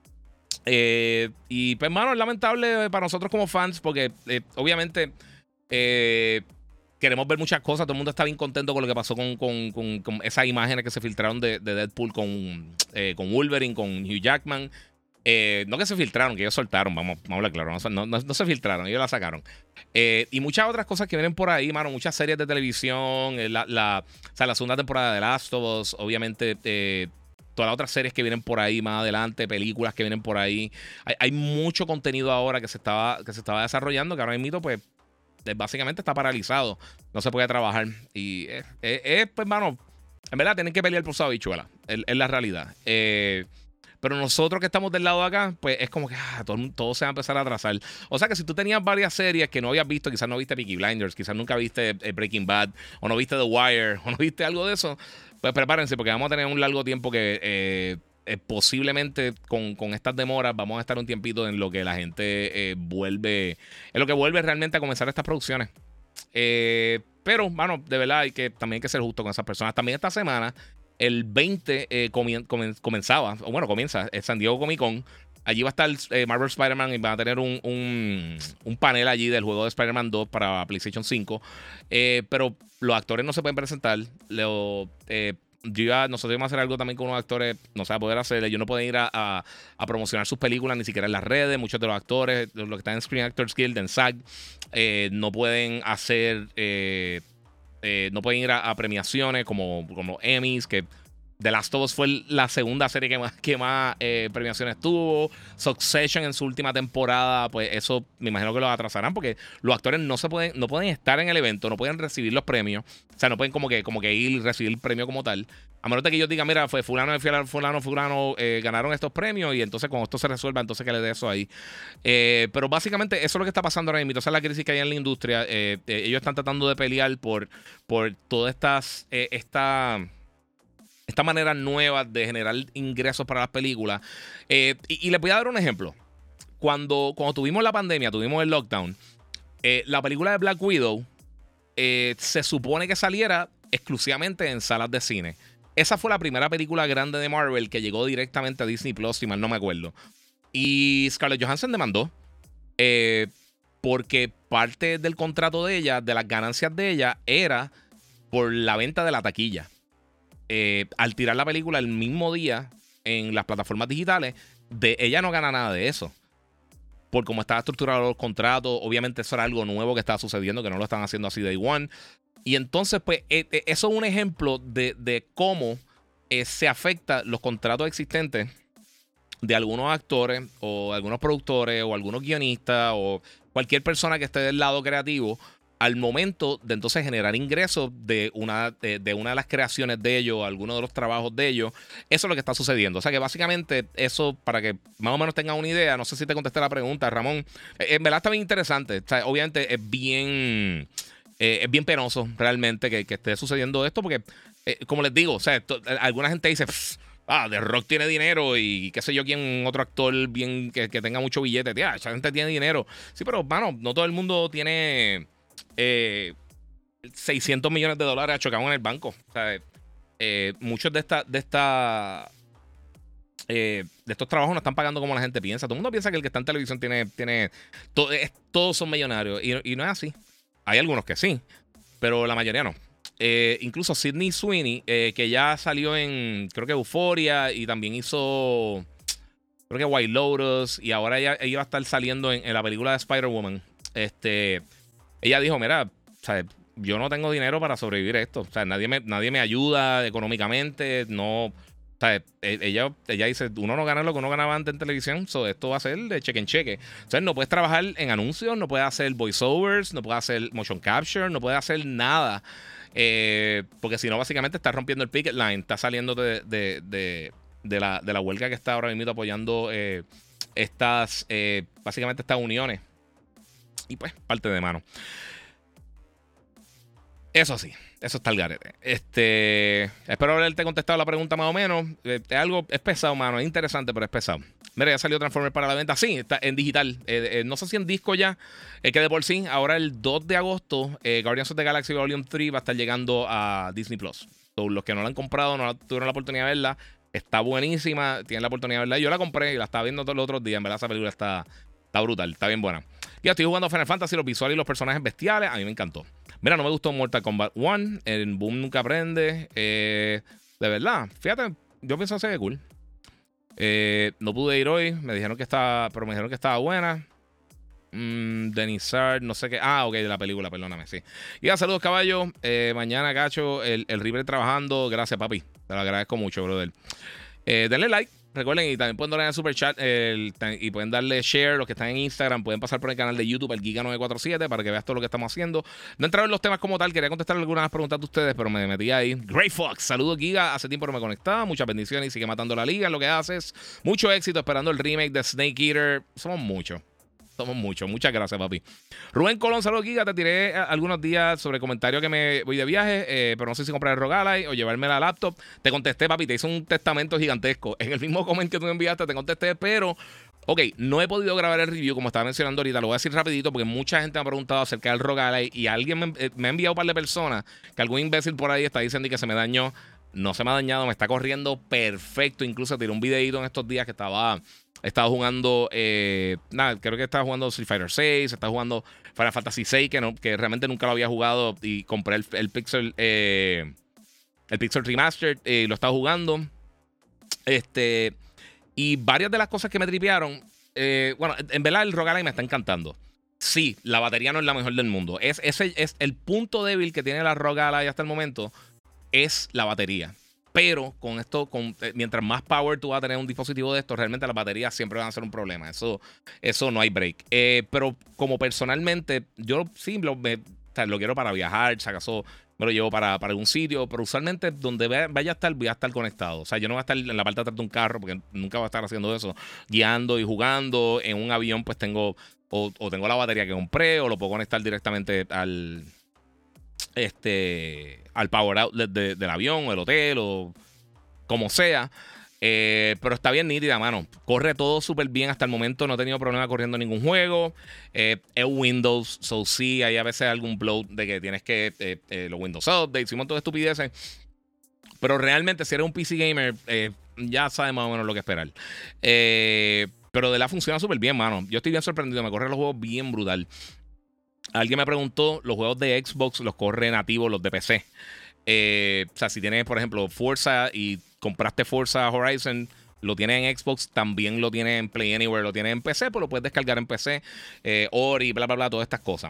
Eh, y pues, mano, es lamentable para nosotros como fans porque eh, obviamente... Eh, queremos ver muchas cosas. Todo el mundo está bien contento con lo que pasó con, con, con, con esas imágenes que se filtraron de, de Deadpool con, eh, con Wolverine, con Hugh Jackman. Eh, no que se filtraron, que ellos soltaron, vamos, vamos a hablar claro. No, no, no se filtraron, ellos la sacaron. Eh, y muchas otras cosas que vienen por ahí, mano. Muchas series de televisión. Eh, la, la, o sea, la segunda temporada de Last of Us. Obviamente, eh, todas las otras series que vienen por ahí más adelante, películas que vienen por ahí. Hay, hay mucho contenido ahora que se estaba, que se estaba desarrollando, que ahora mismo, pues, básicamente está paralizado. No se puede trabajar. Y es, es, es pues, hermano, en verdad tienen que pelear por su habichuela. Es, es la realidad. Eh, pero nosotros que estamos del lado de acá, pues es como que ah, todo, todo se va a empezar a atrasar. O sea que si tú tenías varias series que no habías visto, quizás no viste Peaky Blinders, quizás nunca viste eh, Breaking Bad, o no viste The Wire, o no viste algo de eso, pues prepárense porque vamos a tener un largo tiempo que... Eh, Eh, posiblemente con, con estas demoras vamos a estar un tiempito en lo que la gente eh, vuelve, en lo que vuelve realmente a comenzar estas producciones. Eh, pero, mano, de verdad hay que, también hay que ser justo con esas personas. También esta semana, el veinte eh, comien, comen, comenzaba, o bueno, comienza el San Diego Comic Con. Allí va a estar eh, Marvel Spider-Man y van a tener un, un, un panel allí del juego de Spider-Man dos para PlayStation cinco. Eh, pero los actores no se pueden presentar. Lo, eh, Yo iba, nosotros íbamos a hacer algo también con unos actores, no se va a poder hacer, ellos no pueden ir a, a, a promocionar sus películas ni siquiera en las redes. Muchos de los actores, los que están en Screen Actors Guild, en SAG, eh, no pueden hacer, eh, eh, no pueden ir a, a premiaciones como, como Emmys, que The Last of Us fue la segunda serie que más, que más eh, premiaciones tuvo. Succession en su última temporada, pues eso me imagino que lo atrasarán porque los actores no se pueden, no pueden estar en el evento, no pueden recibir los premios. O sea, no pueden como que, como que ir y recibir el premio como tal. A menos de que yo diga, mira, fue fulano, fulano, fulano, eh, ganaron estos premios y entonces cuando esto se resuelva, entonces que le dé eso ahí. Eh, pero básicamente eso es lo que está pasando ahora mismo. Esa es la crisis que hay en la industria. Eh, eh, ellos están tratando de pelear por, por todas estas, eh, esta... esta manera nueva de generar ingresos para las películas. Eh, y, y les voy a dar un ejemplo. Cuando, cuando tuvimos la pandemia, tuvimos el lockdown, eh, la película de Black Widow eh, se supone que saliera exclusivamente en salas de cine. Esa fue la primera película grande de Marvel que llegó directamente a Disney Plus, si mal no me acuerdo. Y Scarlett Johansson demandó eh, porque parte del contrato de ella, de las ganancias de ella, era por la venta de la taquilla. Eh, al tirar la película el mismo día en las plataformas digitales, de, ella no gana nada de eso. Por cómo estaba estructurado los contratos, obviamente eso era algo nuevo que estaba sucediendo, que no lo están haciendo así day one. Y entonces, pues, eh, eh, eso es un ejemplo de, de cómo eh, se afecta los contratos existentes de algunos actores o algunos productores o algunos guionistas o cualquier persona que esté del lado creativo al momento de entonces generar ingresos de una de, de una de las creaciones de ellos, alguno de los trabajos de ellos. Eso es lo que está sucediendo. O sea que básicamente eso, para que más o menos tengan una idea, no sé si te contesté la pregunta, Ramón. Eh, en verdad está bien interesante. O sea, obviamente es bien, eh, es bien penoso realmente que, que esté sucediendo esto porque, eh, como les digo, o sea, to, alguna gente dice... Ah, The Rock tiene dinero y qué sé yo quién, otro actor bien que, que tenga mucho billete. Tía, esa gente tiene dinero. Sí, pero, mano, no todo el mundo tiene eh, seiscientos millones de dólares chocados en el banco. O sea, eh, muchos de esta, de esta eh, de estos trabajos no están pagando como la gente piensa. Todo el mundo piensa que el que está en televisión tiene, tiene todo, es, todos son millonarios y, y no es así. Hay algunos que sí, pero la mayoría no. Eh, incluso Sydney Sweeney, eh, que ya salió en, creo que Euphoria, y también hizo, creo que White Lotus, y ahora ella, ella va a estar saliendo en, en la película de Spider-Woman. Este, ella dijo, mira, o sea, yo no tengo dinero para sobrevivir a esto. O sea, nadie me, nadie me ayuda económicamente, no... O sea, ella, ella dice, uno no gana lo que uno ganaba antes en televisión, so esto va a ser de cheque en cheque. O sea, no puedes trabajar en anuncios, no puedes hacer voiceovers, no puedes hacer motion capture, no puedes hacer nada. Eh, porque si no, básicamente está rompiendo el picket line, está saliendo de, de, de, de, la, de la huelga que está ahora mismo apoyando eh, estas, eh, básicamente estas uniones. Y pues, parte de mano. Eso sí, eso está el garete. Este, espero haberte contestado la pregunta más o menos. Eh, es algo, es pesado, mano, es interesante, pero es pesado. Mira, ya salió Transformers para la venta. Sí, está en digital. Eh, eh, no sé si en disco ya. Es eh, que de por sí, ahora el dos de agosto, eh, Guardians of the Galaxy Volume tres va a estar llegando a Disney Plus. So, los que no la han comprado, no la, tuvieron la oportunidad de verla. Está buenísima. Tienen la oportunidad de verla. Yo la compré y la estaba viendo todos los otros días. En verdad, esa película está, está brutal. Está bien buena. Ya estoy jugando Final Fantasy, los visuales y los personajes bestiales. A mí me encantó. Mira, no me gustó Mortal Kombat uno. El Boom nunca aprende. Eh, de verdad, fíjate, yo pienso que se ve cool. Eh, no pude ir hoy. Me dijeron que estaba, pero me dijeron que estaba buena. Mm, Denizar, no sé qué. Ah, ok, de la película, perdóname, sí. Y ya, saludos, caballo. Eh, mañana, Gacho, el, el River trabajando. Gracias, papi. Te lo agradezco mucho, brother. Eh, denle like. Recuerden, y también pueden darle en el super chat el, y pueden darle share. Los que están en Instagram pueden pasar por el canal de YouTube, el Giga nueve cuatro siete, para que veas todo lo que estamos haciendo. No he entrado en los temas como tal, quería contestar algunas preguntas de ustedes, pero me metí ahí. Grey Fox, saludos, Giga. Hace tiempo no me conectaba. Muchas bendiciones y sigue matando la liga en lo que haces. Mucho éxito esperando el remake de Snake Eater. Somos muchos. Somos muchos. Muchas gracias, papi. Rubén Colón, saludos, Giga. Te tiré algunos días sobre comentarios que me voy de viaje, eh, pero no sé si comprar el Rogalai o llevarme la laptop. Te contesté, papi. Te hice un testamento gigantesco. En el mismo comment que tú me enviaste, te contesté, pero... Ok, no he podido grabar el review como estaba mencionando ahorita. Lo voy a decir rapidito porque mucha gente me ha preguntado acerca del Rogalai y alguien me, eh, me ha enviado un par de personas que algún imbécil por ahí está diciendo que se me dañó. No se me ha dañado, me está corriendo perfecto. Incluso tiré un videito en estos días que estaba... Estaba jugando, eh, nada, creo que estaba jugando Street Fighter seis, estaba jugando Final Fantasy seis, que, no, que realmente nunca lo había jugado, y compré el, el Pixel eh, el Pixel Remastered, y eh, lo estaba jugando. Este, y varias de las cosas que me tripearon, eh, bueno, en verdad el Rogalike me está encantando. Sí, la batería no es la mejor del mundo. Es, ese es el punto débil que tiene la Rogalike hasta el momento, es la batería. Pero con esto, con, eh, mientras más power tú vas a tener un dispositivo de esto, realmente las baterías siempre van a ser un problema. Eso, eso no hay break. Eh, pero como personalmente, yo sí lo, me, o sea, lo quiero para viajar, si acaso me lo llevo para, para algún sitio, pero usualmente donde vaya a estar, voy a estar conectado. O sea, yo no voy a estar en la parte de atrás de un carro, porque nunca voy a estar haciendo eso, guiando y jugando. En un avión, pues tengo, o, o tengo la batería que compré, o lo puedo conectar directamente al, este, al power outlet de, del avión, o el hotel, o como sea. Eh, pero está bien nítida, mano. Corre todo súper bien hasta el momento. No he tenido problema corriendo ningún juego. Eh, es Windows, so sí, hay a veces algún bloat de que tienes que eh, eh, los Windows Updates y un montón de estupideces. Pero realmente, si eres un P C gamer, eh, ya sabes más o menos lo que esperar. Eh, pero de la funciona súper bien, mano. Yo estoy bien sorprendido. Me corre los juegos bien brutal. Alguien me preguntó: los juegos de Xbox los corre nativos los de P C. Eh, o sea, si tienes, por ejemplo, Forza y compraste Forza Horizon, lo tienes en Xbox, también lo tienes en Play Anywhere, lo tienes en P C, pues lo puedes descargar en P C. Eh, Ori, bla, bla, bla, todas estas cosas.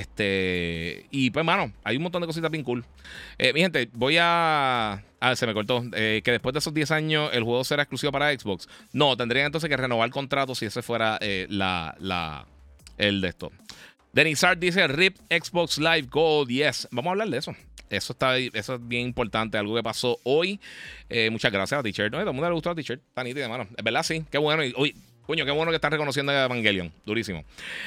Este, y pues, mano, hay un montón de cositas bien cool. Eh, mi gente, voy a. Ah, se me cortó. Eh, que después de esos diez años el juego será exclusivo para Xbox. No, tendrían entonces que renovar el contrato si ese fuera eh, la, la, el de esto. Denizar dice: R I P Xbox Live Gold. Yes, vamos a hablar de eso. Eso está eso es bien importante, algo que pasó hoy. Eh, muchas gracias a T-Shirt. No, todo el mundo le gustó a T-Shirt. Está nítida, mano. Es verdad, sí. Qué bueno. Y, uy, coño, qué bueno que están reconociendo a Evangelion. Durísimo.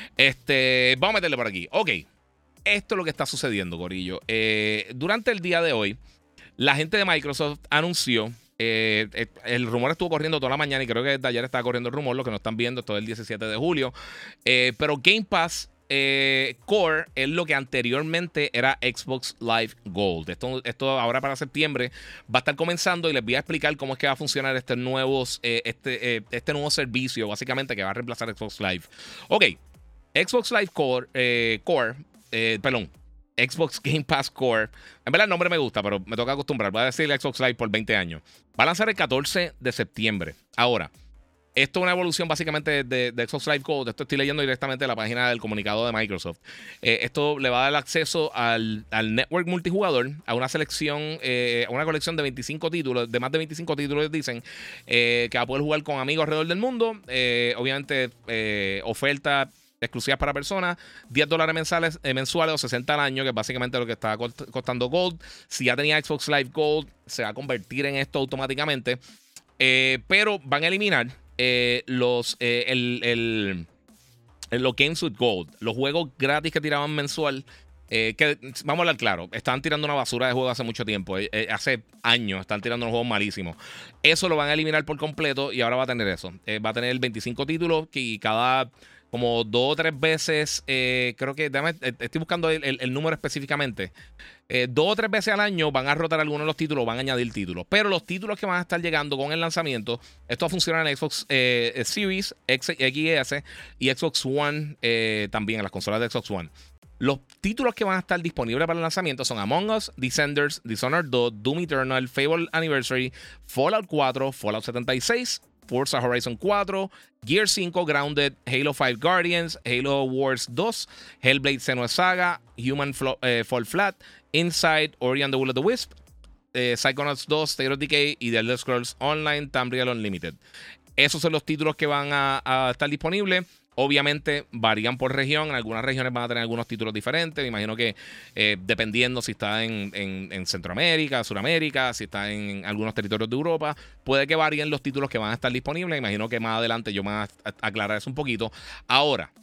Este, vamos a meterle por aquí. Ok. Esto es lo que está sucediendo, corillo. Eh, durante el día de hoy, la gente de Microsoft anunció. Eh, el rumor estuvo corriendo toda la mañana y creo que desde ayer estaba corriendo el rumor. Lo que no están viendo, esto es el diecisiete de julio. Eh, pero Game Pass Eh, Core es lo que anteriormente era Xbox Live Gold. Esto, esto ahora para septiembre va a estar comenzando y les voy a explicar cómo es que va a funcionar este, nuevos, eh, este, eh, este nuevo servicio, básicamente, que va a reemplazar Xbox Live. Ok, Xbox Live Core, eh, Core eh, perdón, Xbox Game Pass Core. En verdad el nombre me gusta, pero me toca acostumbrar. Voy a decir Xbox Live por veinte años. Va a lanzar el catorce de septiembre. Ahora, esto es una evolución básicamente de, de Xbox Live Gold. Esto estoy leyendo directamente de la página del comunicado de Microsoft. Eh, esto le va a dar acceso al, al network multijugador, a una selección, eh, a una colección de veinticinco títulos, de más de veinticinco títulos, dicen, eh, que va a poder jugar con amigos alrededor del mundo. Eh, obviamente, eh, oferta exclusivas para personas, diez dólares mensales, eh, mensuales o sesenta al año, que es básicamente lo que está costando Gold. Si ya tenía Xbox Live Gold, se va a convertir en esto automáticamente. Eh, pero van a eliminar Eh, los, eh, el, el, el, los Games with Gold, los juegos gratis que tiraban mensual. Eh, que vamos a hablar claro, estaban tirando una basura de juegos hace mucho tiempo. Eh, eh, hace años están tirando unos juegos malísimos. Eso lo van a eliminar por completo y ahora va a tener eso. Eh, va a tener veinticinco títulos y cada como dos o tres veces, eh, creo que, déjame, estoy buscando el, el, el número específicamente. Eh, dos o tres veces al año van a rotar algunos de los títulos, van a añadir títulos. Pero los títulos que van a estar llegando con el lanzamiento, esto va a funcionar en Xbox eh, Series, X, X S y Xbox One, eh, también en las consolas de Xbox One. Los títulos que van a estar disponibles para el lanzamiento son Among Us, Descenders, Dishonored dos, Doom Eternal, Fable Anniversary, Fallout cuatro, Fallout setenta y seis, Forza Horizon cuatro, Gear cinco, Grounded, Halo cinco Guardians, Halo Wars dos, Hellblade Senua's Saga, Human Flo eh, Fall Flat, Inside, Ori and the Will of the Wisp, eh, Psychonauts dos, State of Decay y The Elder Scrolls Online, Tamriel Unlimited. Esos son los títulos que van a, a estar disponibles. Obviamente varían por región. En algunas regiones van a tener algunos títulos diferentes. Me imagino que eh, dependiendo si está en, en, en Centroamérica, Suramérica, si está en algunos territorios de Europa, puede que varíen los títulos que van a estar disponibles. Me imagino que más adelante yo me voy a aclarar eso un poquito. Ahora,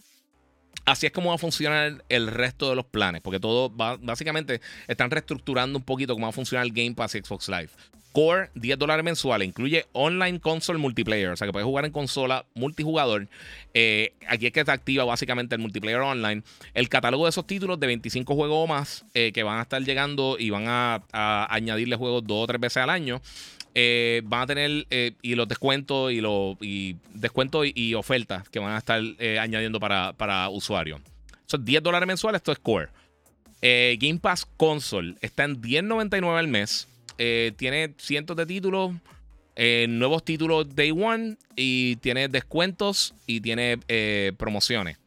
así es como va a funcionar el resto de los planes, porque todo va, básicamente están reestructurando un poquito cómo va a funcionar el Game Pass y Xbox Live. Core, diez dólares mensuales, incluye online console multiplayer, o sea que puedes jugar en consola multijugador. Eh, aquí es que está activa básicamente el multiplayer online. El catálogo de esos títulos de veinticinco juegos o más eh, que van a estar llegando y van a, a añadirle juegos dos o tres veces al año. Eh, van a tener eh, y los descuentos y los y descuentos y, y ofertas que van a estar eh, añadiendo para, para usuarios. Son diez dólares mensuales, esto es Core. Eh, Game Pass Console está en diez noventa y nueve al mes. Eh, tiene cientos de títulos, eh, nuevos títulos Day One y tiene descuentos y tiene eh, promociones.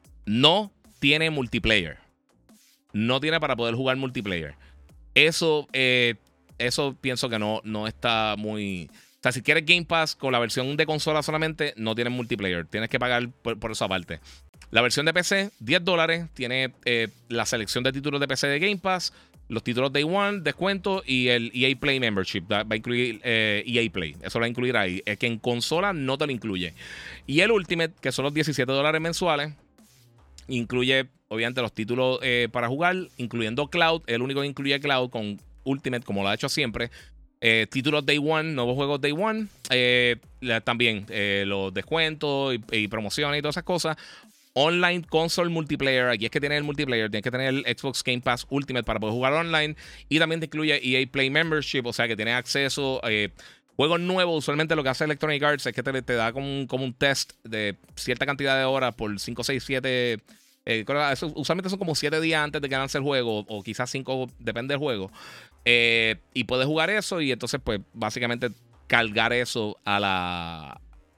No tiene multiplayer. No tiene para poder jugar multiplayer. Eso eh, eso pienso que no, no está muy... O sea, si quieres Game Pass con la versión de consola solamente, no tienes multiplayer. Tienes que pagar por, por esa parte. La versión de P C, diez dólares. Tiene eh, la selección de títulos de P C de Game Pass, los títulos Day One, descuento y el E A Play Membership. Va a incluir eh, E A Play. Eso lo va a incluir ahí. Es que en consola no te lo incluye. Y el Ultimate, que son los diecisiete dólares mensuales, incluye obviamente los títulos eh, para jugar, incluyendo Cloud. El único que incluye Cloud con Ultimate, como lo ha hecho siempre. Eh, títulos Day One, nuevos juegos Day One. Eh, la, también eh, los descuentos y, y promociones y todas esas cosas. Online console multiplayer. Aquí es que tiene el multiplayer. Tienes que tener el Xbox Game Pass Ultimate para poder jugar online. Y también te incluye E A Play Membership. O sea que tienes acceso a eh, juegos nuevos. Usualmente lo que hace Electronic Arts es que te, te da como un, como un test de cierta cantidad de horas por cinco, seis, siete. Eh, eso, usualmente son como siete días antes de que lance el juego. O quizás cinco, depende del juego. Eh, y puedes jugar eso y entonces pues básicamente cargar eso a la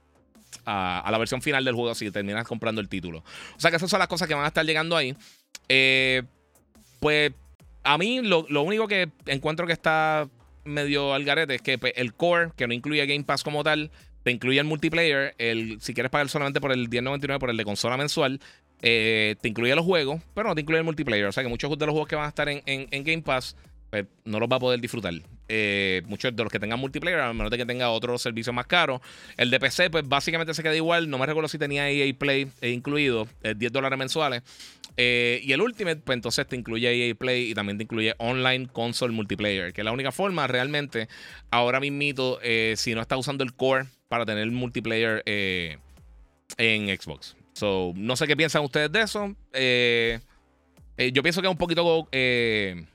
a, a la versión final del juego si terminas comprando el título. O sea que esas son las cosas que van a estar llegando ahí. Eh, pues a mí lo, lo único que encuentro que está medio al garete es que pues, el core, que no incluye Game Pass como tal, te incluye el multiplayer. El, si quieres pagar solamente por el diez noventa y nueve por el de consola mensual, eh, te incluye los juegos, pero no te incluye el multiplayer. O sea que muchos de los juegos que van a estar en, en, en Game Pass pues, no los va a poder disfrutar. Eh, muchos de los que tengan multiplayer, a menos de que tenga otro servicio más caro. El de P C, pues básicamente se queda igual. No me recuerdo si tenía E A Play eh, incluido, eh, diez dólares mensuales. Eh, y el Ultimate, pues entonces te incluye E A Play y también te incluye Online Console Multiplayer, que es la única forma realmente, ahora mismito, eh, si no estás usando el core para tener multiplayer eh, en Xbox. So, no sé qué piensan ustedes de eso. Eh, eh, yo pienso que es un poquito... Eh,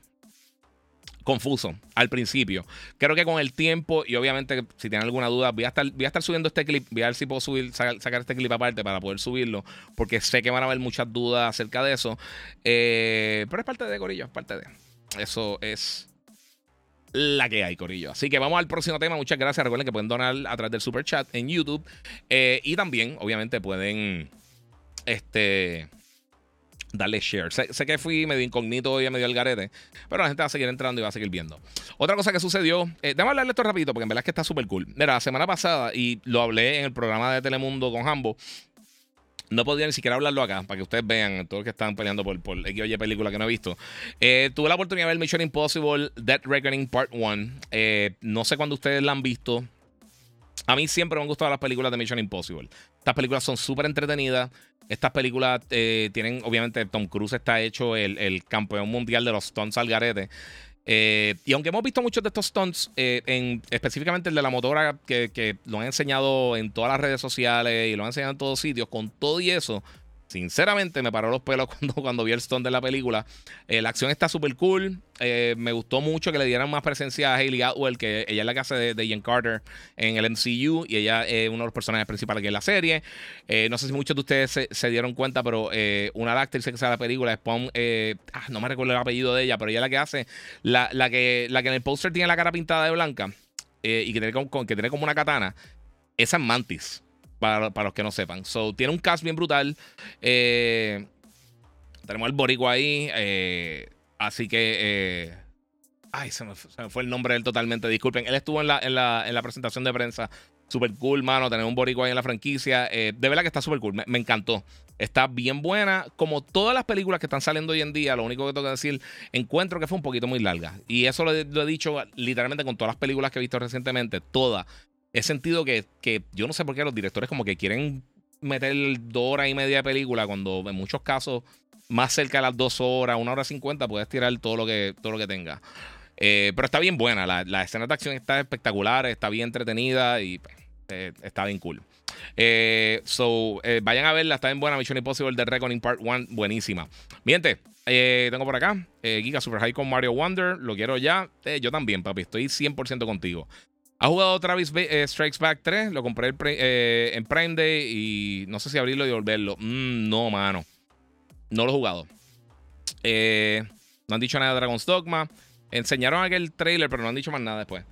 confuso al principio. Creo que con el tiempo, y obviamente si tienen alguna duda, voy a estar, voy a estar subiendo este clip, voy a ver si puedo subir, sacar, sacar este clip aparte para poder subirlo, porque sé que van a haber muchas dudas acerca de eso. Eh, pero es parte de, Corillo, es parte de. Eso es la que hay, Corillo. Así que vamos al próximo tema. Muchas gracias. Recuerden que pueden donar a través del super chat en YouTube. Eh, y también, obviamente, pueden este darle share. Sé, sé que fui medio incógnito y medio al garete, pero la gente va a seguir entrando y va a seguir viendo. Otra cosa que sucedió, eh, déjame hablarle esto rapidito porque en verdad es que está súper cool. Mira, la semana pasada, y lo hablé en el programa de Telemundo con Hambo, no podía ni siquiera hablarlo acá, para que ustedes vean, todos los que están peleando por, por X o Y película que no he visto. Eh, tuve la oportunidad de ver Mission Impossible Dead Reckoning Part uno. Eh, no sé cuándo ustedes la han visto. A mí siempre me han gustado las películas de Mission Impossible. Estas películas son súper entretenidas. Estas películas eh, tienen, obviamente, Tom Cruise está hecho el, el campeón mundial de los stunts al garete. Eh, y aunque hemos visto muchos de estos stunts, eh, en, específicamente el de la motora, que, que lo han enseñado en todas las redes sociales y lo han enseñado en todos sitios, con todo y eso, sinceramente me paró los pelos cuando, cuando vi el stunt de la película. Eh, la acción está súper cool. Eh, me gustó mucho que le dieran más presencia a Hayley Atwell, que ella es la que hace de, de Jen Carter en el M C U y ella es uno de los personajes principales que es la serie. Eh, no sé si muchos de ustedes se, se dieron cuenta, pero eh, una de las actrices que sale de la película es Pom, eh, ah, no me recuerdo el apellido de ella, pero ella es la que hace, la, la, que, la que en el póster tiene la cara pintada de blanca eh, y que tiene, como, que tiene como una katana. Esa es Mantis. Para, para los que no sepan. So, tiene un cast bien brutal. Eh, tenemos al boricua ahí. Eh, así que... Eh, ay, se me, se me fue el nombre de él totalmente. Disculpen. Él estuvo en la, en la, en la presentación de prensa. Super cool, mano. Tener un boricua ahí en la franquicia. Eh, de verdad que está súper cool. Me, me encantó. Está bien buena. Como todas las películas que están saliendo hoy en día, lo único que tengo que decir, encuentro que fue un poquito muy larga. Y eso lo, lo he dicho literalmente con todas las películas que he visto recientemente. Todas. He sentido que, que yo no sé por qué los directores como que quieren meter dos horas y media de película cuando en muchos casos más cerca de las dos horas, una hora cincuenta puedes tirar todo lo que, todo lo que tenga. Eh, pero está bien buena, la, la escena de acción está espectacular, está bien entretenida y eh, está bien cool. Eh, so, eh, vayan a verla, está bien buena. Mission Impossible The Reckoning Part uno, buenísima. Miente, eh, tengo por acá eh, Giga Super High con Mario Wonder, lo quiero ya. Eh, yo también, papi, estoy cien por ciento contigo. ¿Ha jugado Travis eh, Strikes Back tres? Lo compré el pre, eh, en Prime Day y no sé si abrirlo y devolverlo. Mm, no, mano. No lo he jugado. Eh, no han dicho nada de Dragon's Dogma. Enseñaron aquel trailer, pero no han dicho más nada después.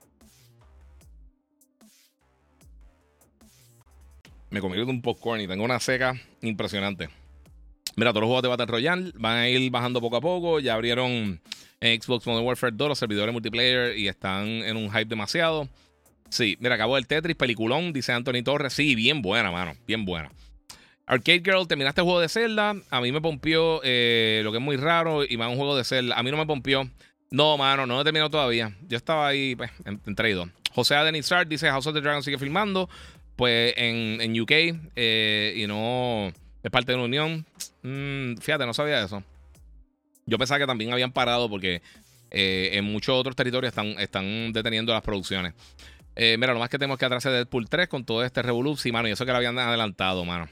Me comí un popcorn y tengo una seca impresionante. Mira, todos los juegos de Battle Royale van a ir bajando poco a poco. Ya abrieron en Xbox Modern Warfare dos, los servidores multiplayer, y están en un hype demasiado. Sí, mira, acabó el Tetris, peliculón, dice Anthony Torres. Sí, bien buena, mano, bien buena. Arcade Girl, terminaste el juego de Zelda. A mí me pompió, eh, lo que es muy raro, y más un juego de Zelda. A mí no me pompió. No, mano, no lo he terminado todavía. Yo estaba ahí, pues, entre ellos. José Adenizar dice: House of the Dragon sigue filmando. Pues en, en U K, eh, y no es parte de una unión. Mm, fíjate, no sabía eso. Yo pensaba que también habían parado porque eh, en muchos otros territorios están, están deteniendo las producciones. Eh, mira, lo más que tenemos que atrasar de Deadpool tres con todo este revolú. Sí, mano, y eso que lo habían adelantado, mano.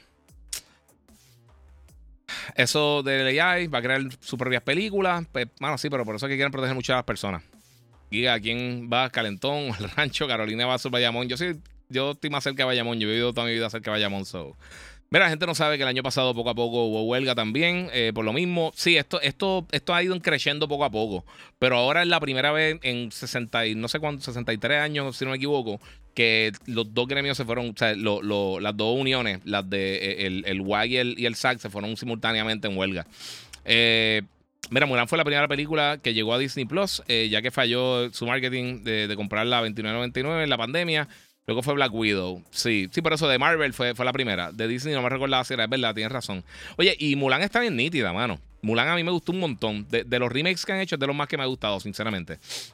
Eso del A I va a crear sus propias películas. Pues, mano, sí, pero por eso es que quieren proteger mucho a las personas. Y a quién va, Calentón, al rancho, Carolina va a su Bayamón. Yo sí, yo estoy más cerca de Bayamón. Yo he vivido toda mi vida cerca de Bayamón. So. Mira, la gente no sabe que el año pasado poco a poco hubo huelga también. Eh, por lo mismo, sí, esto, esto, esto ha ido creciendo poco a poco. Pero ahora es la primera vez en sesenta y no sé cuántos, sesenta y tres años, si no me equivoco, que los dos gremios se fueron, o sea, lo, lo, las dos uniones, las de el, el W A G y el, y el S A C, se fueron simultáneamente en huelga. Eh, mira, Mulan fue la primera película que llegó a Disney Plus, eh, ya que falló su marketing de, de comprarla a veintinueve noventa y nueve en la pandemia. Luego fue Black Widow. Sí, sí, pero eso de Marvel fue, fue la primera. De Disney no me recordaba si era, es verdad, tienes razón. Oye, y Mulan está bien nítida, mano. Mulan a mí me gustó un montón. De, de los remakes que han hecho, es de los más que me ha gustado, sinceramente.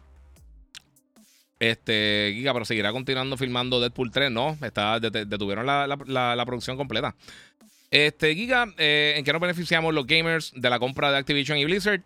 Este, Giga, pero seguirá continuando filmando Deadpool tres. No, está, detuvieron la, la, la, la producción completa. Este, Giga, eh, ¿en qué nos beneficiamos los gamers de la compra de Activision y Blizzard?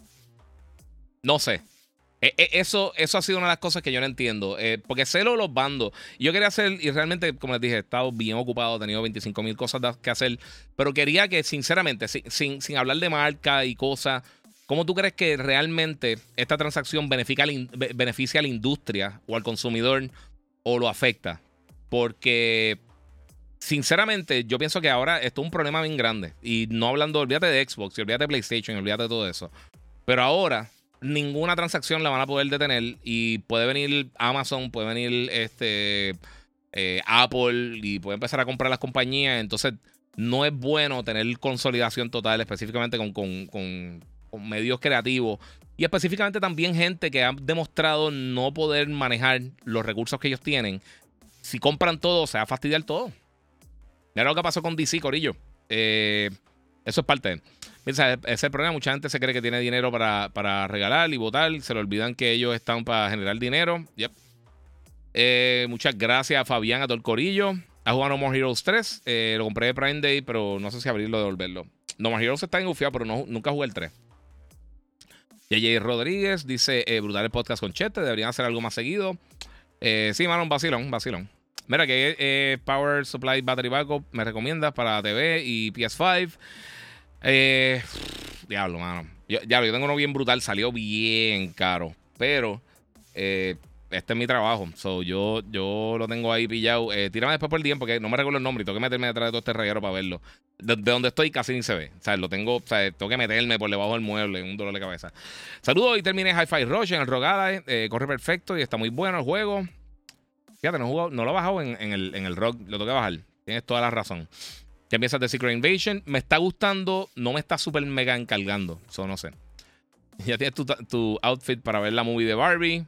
No sé. Eso, eso ha sido una de las cosas que yo no entiendo. Eh, porque sé lo de los bandos. Yo quería hacer, y realmente, como les dije, he estado bien ocupado, he tenido veinticinco mil cosas que hacer. Pero quería que, sinceramente, sin, sin, sin hablar de marca y cosas, ¿cómo tú crees que realmente esta transacción beneficia a, la, beneficia a la industria o al consumidor o lo afecta? Porque, sinceramente, yo pienso que ahora esto es un problema bien grande. Y no hablando, olvídate de Xbox, olvídate de PlayStation, olvídate de todo eso. Pero ahora ninguna transacción la van a poder detener y puede venir Amazon, puede venir este eh, Apple y puede empezar a comprar las compañías. Entonces no es bueno tener consolidación total, específicamente con, con, con, con medios creativos y específicamente también gente que ha demostrado no poder manejar los recursos que ellos tienen. Si compran todo, se va a fastidiar todo. Mira lo que pasó con D C, corillo. Eh, eso es parte de... Ese es el problema. Mucha gente se cree que tiene dinero para, para regalar y votar. Se le olvidan que ellos están para generar dinero. Yep. Eh, muchas gracias a Fabián, a todo el corillo. Ha jugado No More Heroes tres. Eh, lo compré de Prime Day, pero no sé si abrirlo o devolverlo. No More Heroes está engufiado, pero no, nunca jugué el tres. J J Rodríguez dice: eh, brutal el podcast con Chete. Deberían hacer algo más seguido. Eh, sí, mano, un vacilón, vacilón. Mira que eh, Power Supply Battery Backup me recomiendas para T V y P S cinco. Eh, diablo, mano. Yo, diablo, yo tengo uno bien brutal. Salió bien caro. Pero eh, este es mi trabajo. So, yo, yo lo tengo ahí pillado. Eh, tírame después por el día porque no me recuerdo el nombre y tengo que meterme detrás de todo este reguero para verlo. De, de donde estoy casi ni se ve. O sea, lo tengo, o sea, tengo que meterme por debajo del mueble. Un dolor de cabeza. Saludos. Y terminé Hi-Fi Rush en el Rogada. Eh, corre perfecto y está muy bueno el juego. Fíjate, no, jugado, no lo he bajado en, en, el, en el rock. Lo tengo que bajar. Tienes toda la razón. ¿Qué piensas de Secret Invasion? Me está gustando. No me está súper mega encargando. Eso no sé. Ya tienes tu, tu outfit para ver la movie de Barbie.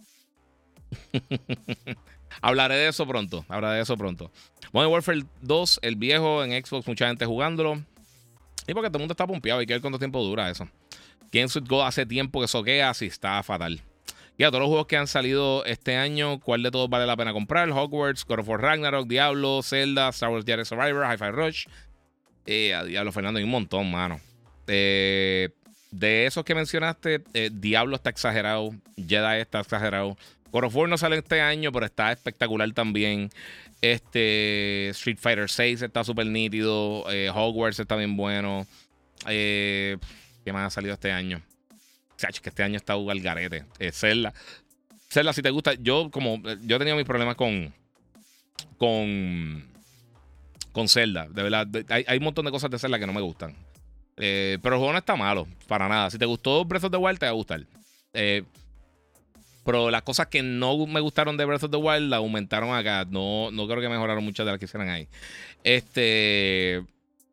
Hablaré de eso pronto. Hablaré de eso pronto. Modern Warfare dos, el viejo en Xbox. Mucha gente jugándolo. Y porque todo el mundo está pompeado. Hay que ver cuánto tiempo dura eso. Games with Go hace tiempo que soquea. Sí, está fatal. Y a todos los juegos que han salido este año, ¿cuál de todos vale la pena comprar? Hogwarts, God of War Ragnarok, Diablo, Zelda, Star Wars Jedi Survivor, Hi-Fi Rush. Eh, a Diablo, Fernando, hay un montón, mano. Eh, de esos que mencionaste, eh, Diablo está exagerado, Jedi está exagerado. God of War no sale este año, pero está espectacular también. Este Street Fighter seis está súper nítido. Eh, Hogwarts está bien bueno. Eh, ¿Qué más ha salido este año? Es que este año está al garete. Eh, Zelda. Zelda, si te gusta. Yo, como. Yo he tenido mis problemas con. Con. Con Zelda. De verdad. Hay, hay un montón de cosas de Zelda que no me gustan. Eh, pero el juego no está malo. Para nada. Si te gustó Breath of the Wild, te va a gustar. Eh, pero las cosas que no me gustaron de Breath of the Wild las aumentaron acá. No, no creo que mejoraron muchas de las que hicieron ahí. Este.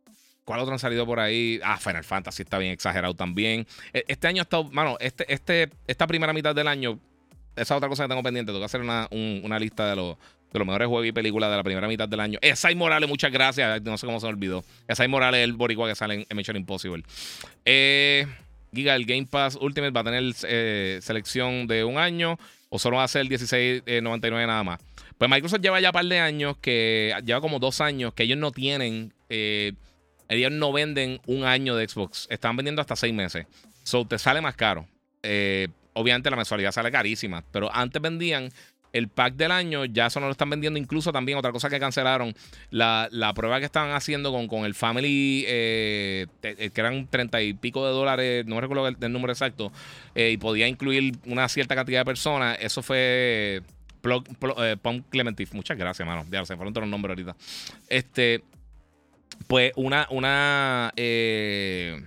¿Cuál otro han salido por ahí? Ah, Final Fantasy está bien exagerado también. Este año ha estado, mano, este, este, esta primera mitad del año, esa es otra cosa que tengo pendiente. Tengo que hacer una, un, una lista de los, de los mejores juegos y películas de la primera mitad del año. Esai Morales, muchas gracias. No sé cómo se me olvidó. Esai Morales es el boricua que sale en Mission Impossible. Eh, Giga, el Game Pass Ultimate va a tener eh, selección de un año o solo va a ser el dieciséis noventa y nueve nada más. Pues Microsoft lleva ya un par de años, que lleva como dos años que ellos no tienen... Eh, ellos no venden un año de Xbox. Están vendiendo hasta seis meses. So, te sale más caro. Eh, obviamente la mensualidad sale carísima. Pero antes vendían el pack del año. Ya eso no lo están vendiendo. Incluso también otra cosa que cancelaron. La, la prueba que estaban haciendo con, con el Family. Eh, te, que eran treinta y pico de dólares. No me recuerdo el, el número exacto. Eh, y podía incluir una cierta cantidad de personas. Eso fue... Plug, plug, eh, Pump Clementif. Muchas gracias, mano. Ya se fueron todos los nombres ahorita. Este... Pues una, una, eh,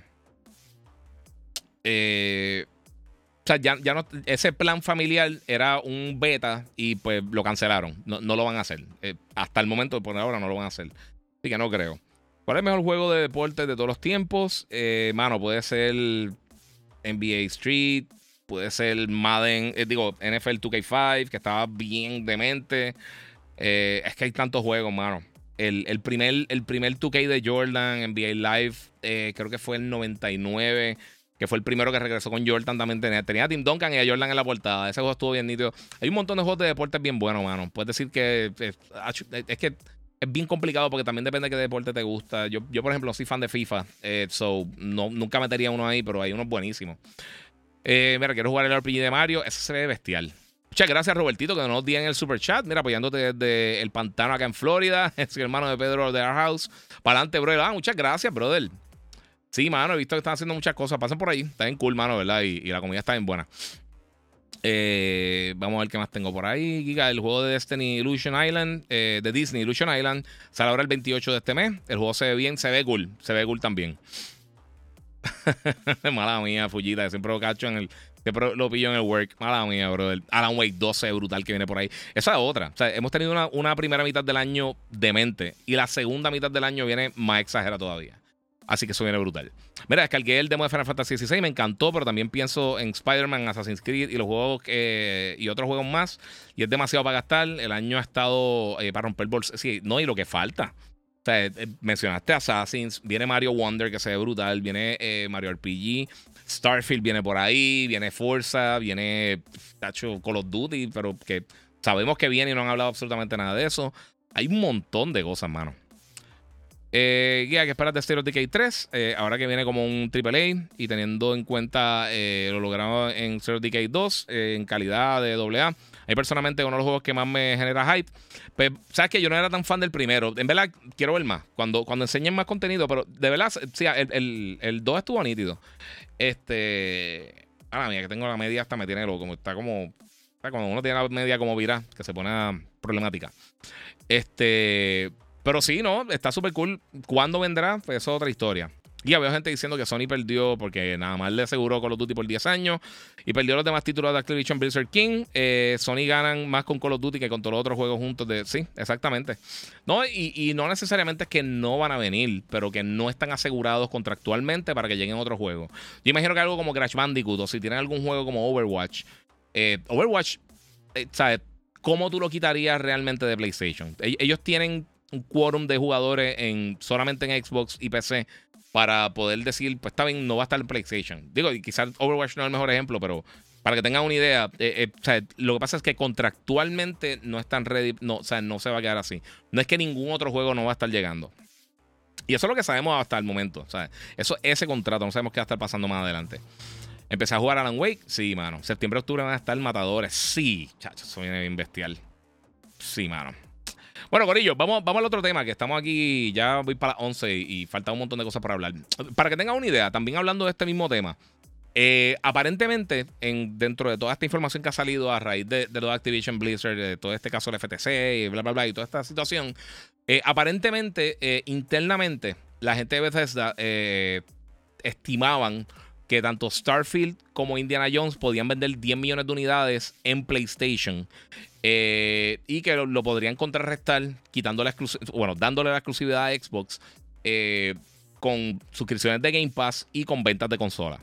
eh, o sea, ya, ya no, ese plan familiar era un beta y pues lo cancelaron. No, no lo van a hacer. Eh, hasta el momento, por ahora, no lo van a hacer. Así que no creo. ¿Cuál es el mejor juego de deporte de todos los tiempos? Eh, mano, puede ser N B A Street, puede ser Madden, eh, digo, N F L dos K cinco, que estaba bien demente. Eh, es que hay tantos juegos, mano. El, el, primer, el primer dos K de Jordan, N B A Live, eh, creo que fue el noventa y nueve, que fue el primero que regresó con Jordan. También tenía, tenía a Tim Duncan y a Jordan en la portada. Ese juego estuvo bien nítido. Hay un montón de juegos de deportes bien buenos, mano. Puedes decir que eh, es que es bien complicado porque también depende de qué deporte te gusta. Yo, yo por ejemplo, soy fan de FIFA, eh, so no, nunca metería uno ahí, pero hay unos buenísimos. Eh, mira, quiero jugar el R P G de Mario. Ese se ve bestial. Muchas gracias, Robertito, que nos dio en el super chat. Mira, apoyándote desde el pantano acá en Florida. Es el hermano de Pedro de Our House. Para adelante, brother. Ah, muchas gracias, brother. Sí, mano, he visto que están haciendo muchas cosas. Pasen por ahí. Está bien cool, mano, ¿verdad? Y, y la comida está bien buena. Eh, vamos a ver qué más tengo por ahí. Giga, el juego de Destiny Illusion Island, eh, de Disney Illusion Island, sale ahora el veintiocho de este mes. El juego se ve bien, se ve cool. Se ve cool también. Mala mía, Fujita, que siempre lo cacho en el. Siempre lo pillo en el work. Mala mía, brother. Alan Wake doce, brutal que viene por ahí. Esa es otra. O sea, hemos tenido una, una primera mitad del año demente. Y la segunda mitad del año viene más exagera todavía. Así que eso viene brutal. Mira, descargué el demo de Final Fantasy dieciséis. Me encantó, pero también pienso en Spider-Man, Assassin's Creed y los juegos que, y otros juegos más. Y es demasiado para gastar. El año ha estado eh, para romper bolsas. Sí, no, y lo que falta. O sea, eh, mencionaste Assassins, viene Mario Wonder, que se ve brutal, viene eh, Mario R P G, Starfield viene por ahí, viene Forza, viene tacho, Call of Duty, pero que sabemos que viene y no han hablado absolutamente nada de eso. Hay un montón de cosas, mano. Eh, guía, ¿qué esperas de State of Decay tres? Eh, ahora que viene como un triple A y teniendo en cuenta eh, lo logrado en State of Decay dos eh, en calidad de doble A. Hay personalmente uno de los juegos que más me genera hype. Pues, sabes que yo no era tan fan del primero. En verdad, quiero ver más. Cuando, cuando enseñen más contenido, pero de verdad, sí, el, el, el dos estuvo nítido. Este. A la mía, que tengo la media hasta me tiene loco. Como está como. Cuando uno tiene la media como virá, que se pone problemática. Este. Pero sí, no, está súper cool. ¿Cuándo vendrá? Pues eso es otra historia. Y había gente diciendo que Sony perdió porque nada más le aseguró Call of Duty por diez años y perdió los demás títulos de Activision Blizzard King. Eh, Sony ganan más con Call of Duty que con todos los otros juegos juntos. De, sí, exactamente. No, y, y no necesariamente es que no van a venir, pero que no están asegurados contractualmente para que lleguen otros juegos. Yo imagino que algo como Crash Bandicoot o si tienen algún juego como Overwatch. Eh, Overwatch, eh, ¿sabes? ¿Cómo tú lo quitarías realmente de PlayStation? Ellos tienen un quórum de jugadores en, solamente en Xbox y P C para poder decir, pues está bien, no va a estar en PlayStation. Digo, y quizás Overwatch no es el mejor ejemplo, pero para que tengan una idea, eh, eh, o sea, lo que pasa es que contractualmente no están ready, no, o sea, no se va a quedar así. No es que ningún otro juego no va a estar llegando. Y eso es lo que sabemos hasta el momento. O sea, eso, ese contrato, no sabemos qué va a estar pasando más adelante. Empecé a jugar Alan Wake, sí, mano. Septiembre, octubre van a estar matadores, sí. Chacho, eso viene bien bestial. Sí, mano. Bueno, Corillo, vamos, vamos al otro tema, que estamos aquí, ya voy para las once y, y falta un montón de cosas para hablar. Para que tengan una idea, también hablando de este mismo tema, eh, aparentemente, en, dentro de toda esta información que ha salido a raíz de, de lo de Activision Blizzard, de todo este caso del F T C y bla, bla, bla, y toda esta situación, eh, aparentemente, eh, internamente, la gente de Bethesda eh, estimaban que tanto Starfield como Indiana Jones podían vender diez millones de unidades en PlayStation. Eh, y que lo, lo podrían contrarrestar quitando la exclusividad, bueno, dándole la exclusividad a Xbox, eh, con suscripciones de Game Pass y con ventas de consola.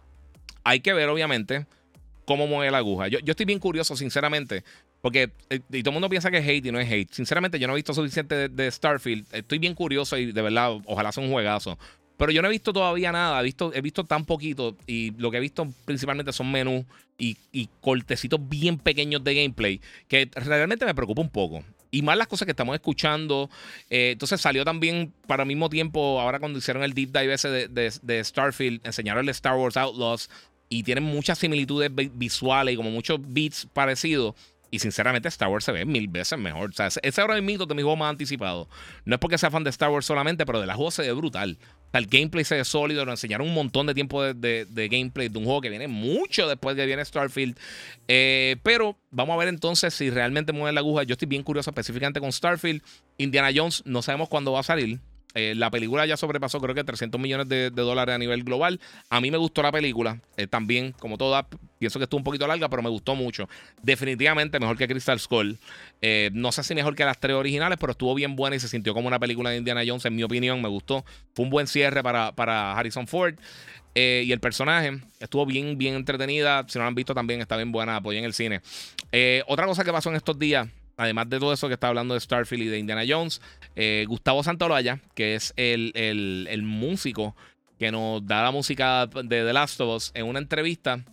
Hay que ver, obviamente, cómo mueve la aguja. Yo, yo estoy bien curioso, sinceramente, porque eh, y todo el mundo piensa que es hate y no es hate. Sinceramente, yo no he visto suficiente de, de Starfield. Estoy bien curioso y de verdad, ojalá sea un juegazo. Pero yo no he visto todavía nada. He visto, he visto tan poquito y lo que he visto principalmente son menús y, y cortecitos bien pequeños de gameplay que realmente me preocupa un poco. Y más las cosas que estamos escuchando. Eh, entonces salió también para el mismo tiempo, ahora cuando hicieron el deep dive ese de, de, de Starfield, enseñaron el Star Wars Outlaws y tienen muchas similitudes visuales y como muchos beats parecidos. Y sinceramente Star Wars se ve mil veces mejor. O sea, ese, ese ahora es el mito de mi juego más anticipado. No es porque sea fan de Star Wars solamente, pero de la juego se ve brutal. O sea, el gameplay se ve sólido. Nos enseñaron un montón de tiempo de, de, de gameplay de un juego que viene mucho después de que viene Starfield. Eh, pero vamos a ver entonces si realmente mueve la aguja. Yo estoy bien curioso específicamente con Starfield. Indiana Jones, no sabemos cuándo va a salir. Eh, la película ya sobrepasó creo que trescientos millones de, de dólares a nivel global. A mí me gustó la película. Eh, también, como toda, pienso que estuvo un poquito larga, pero me gustó mucho. Definitivamente mejor que Crystal Skull. Eh, no sé si mejor que las tres originales, pero estuvo bien buena y se sintió como una película de Indiana Jones, en mi opinión. Me gustó. Fue un buen cierre para, para Harrison Ford. Eh, y el personaje estuvo bien, bien entretenida. Si no lo han visto también está bien buena. Apoyen el cine. Eh, otra cosa que pasó en estos días, además de todo eso que está hablando de Starfield y de Indiana Jones, eh, Gustavo Santaolalla, que es el, el, el músico que nos da la música de The Last of Us, en una entrevista,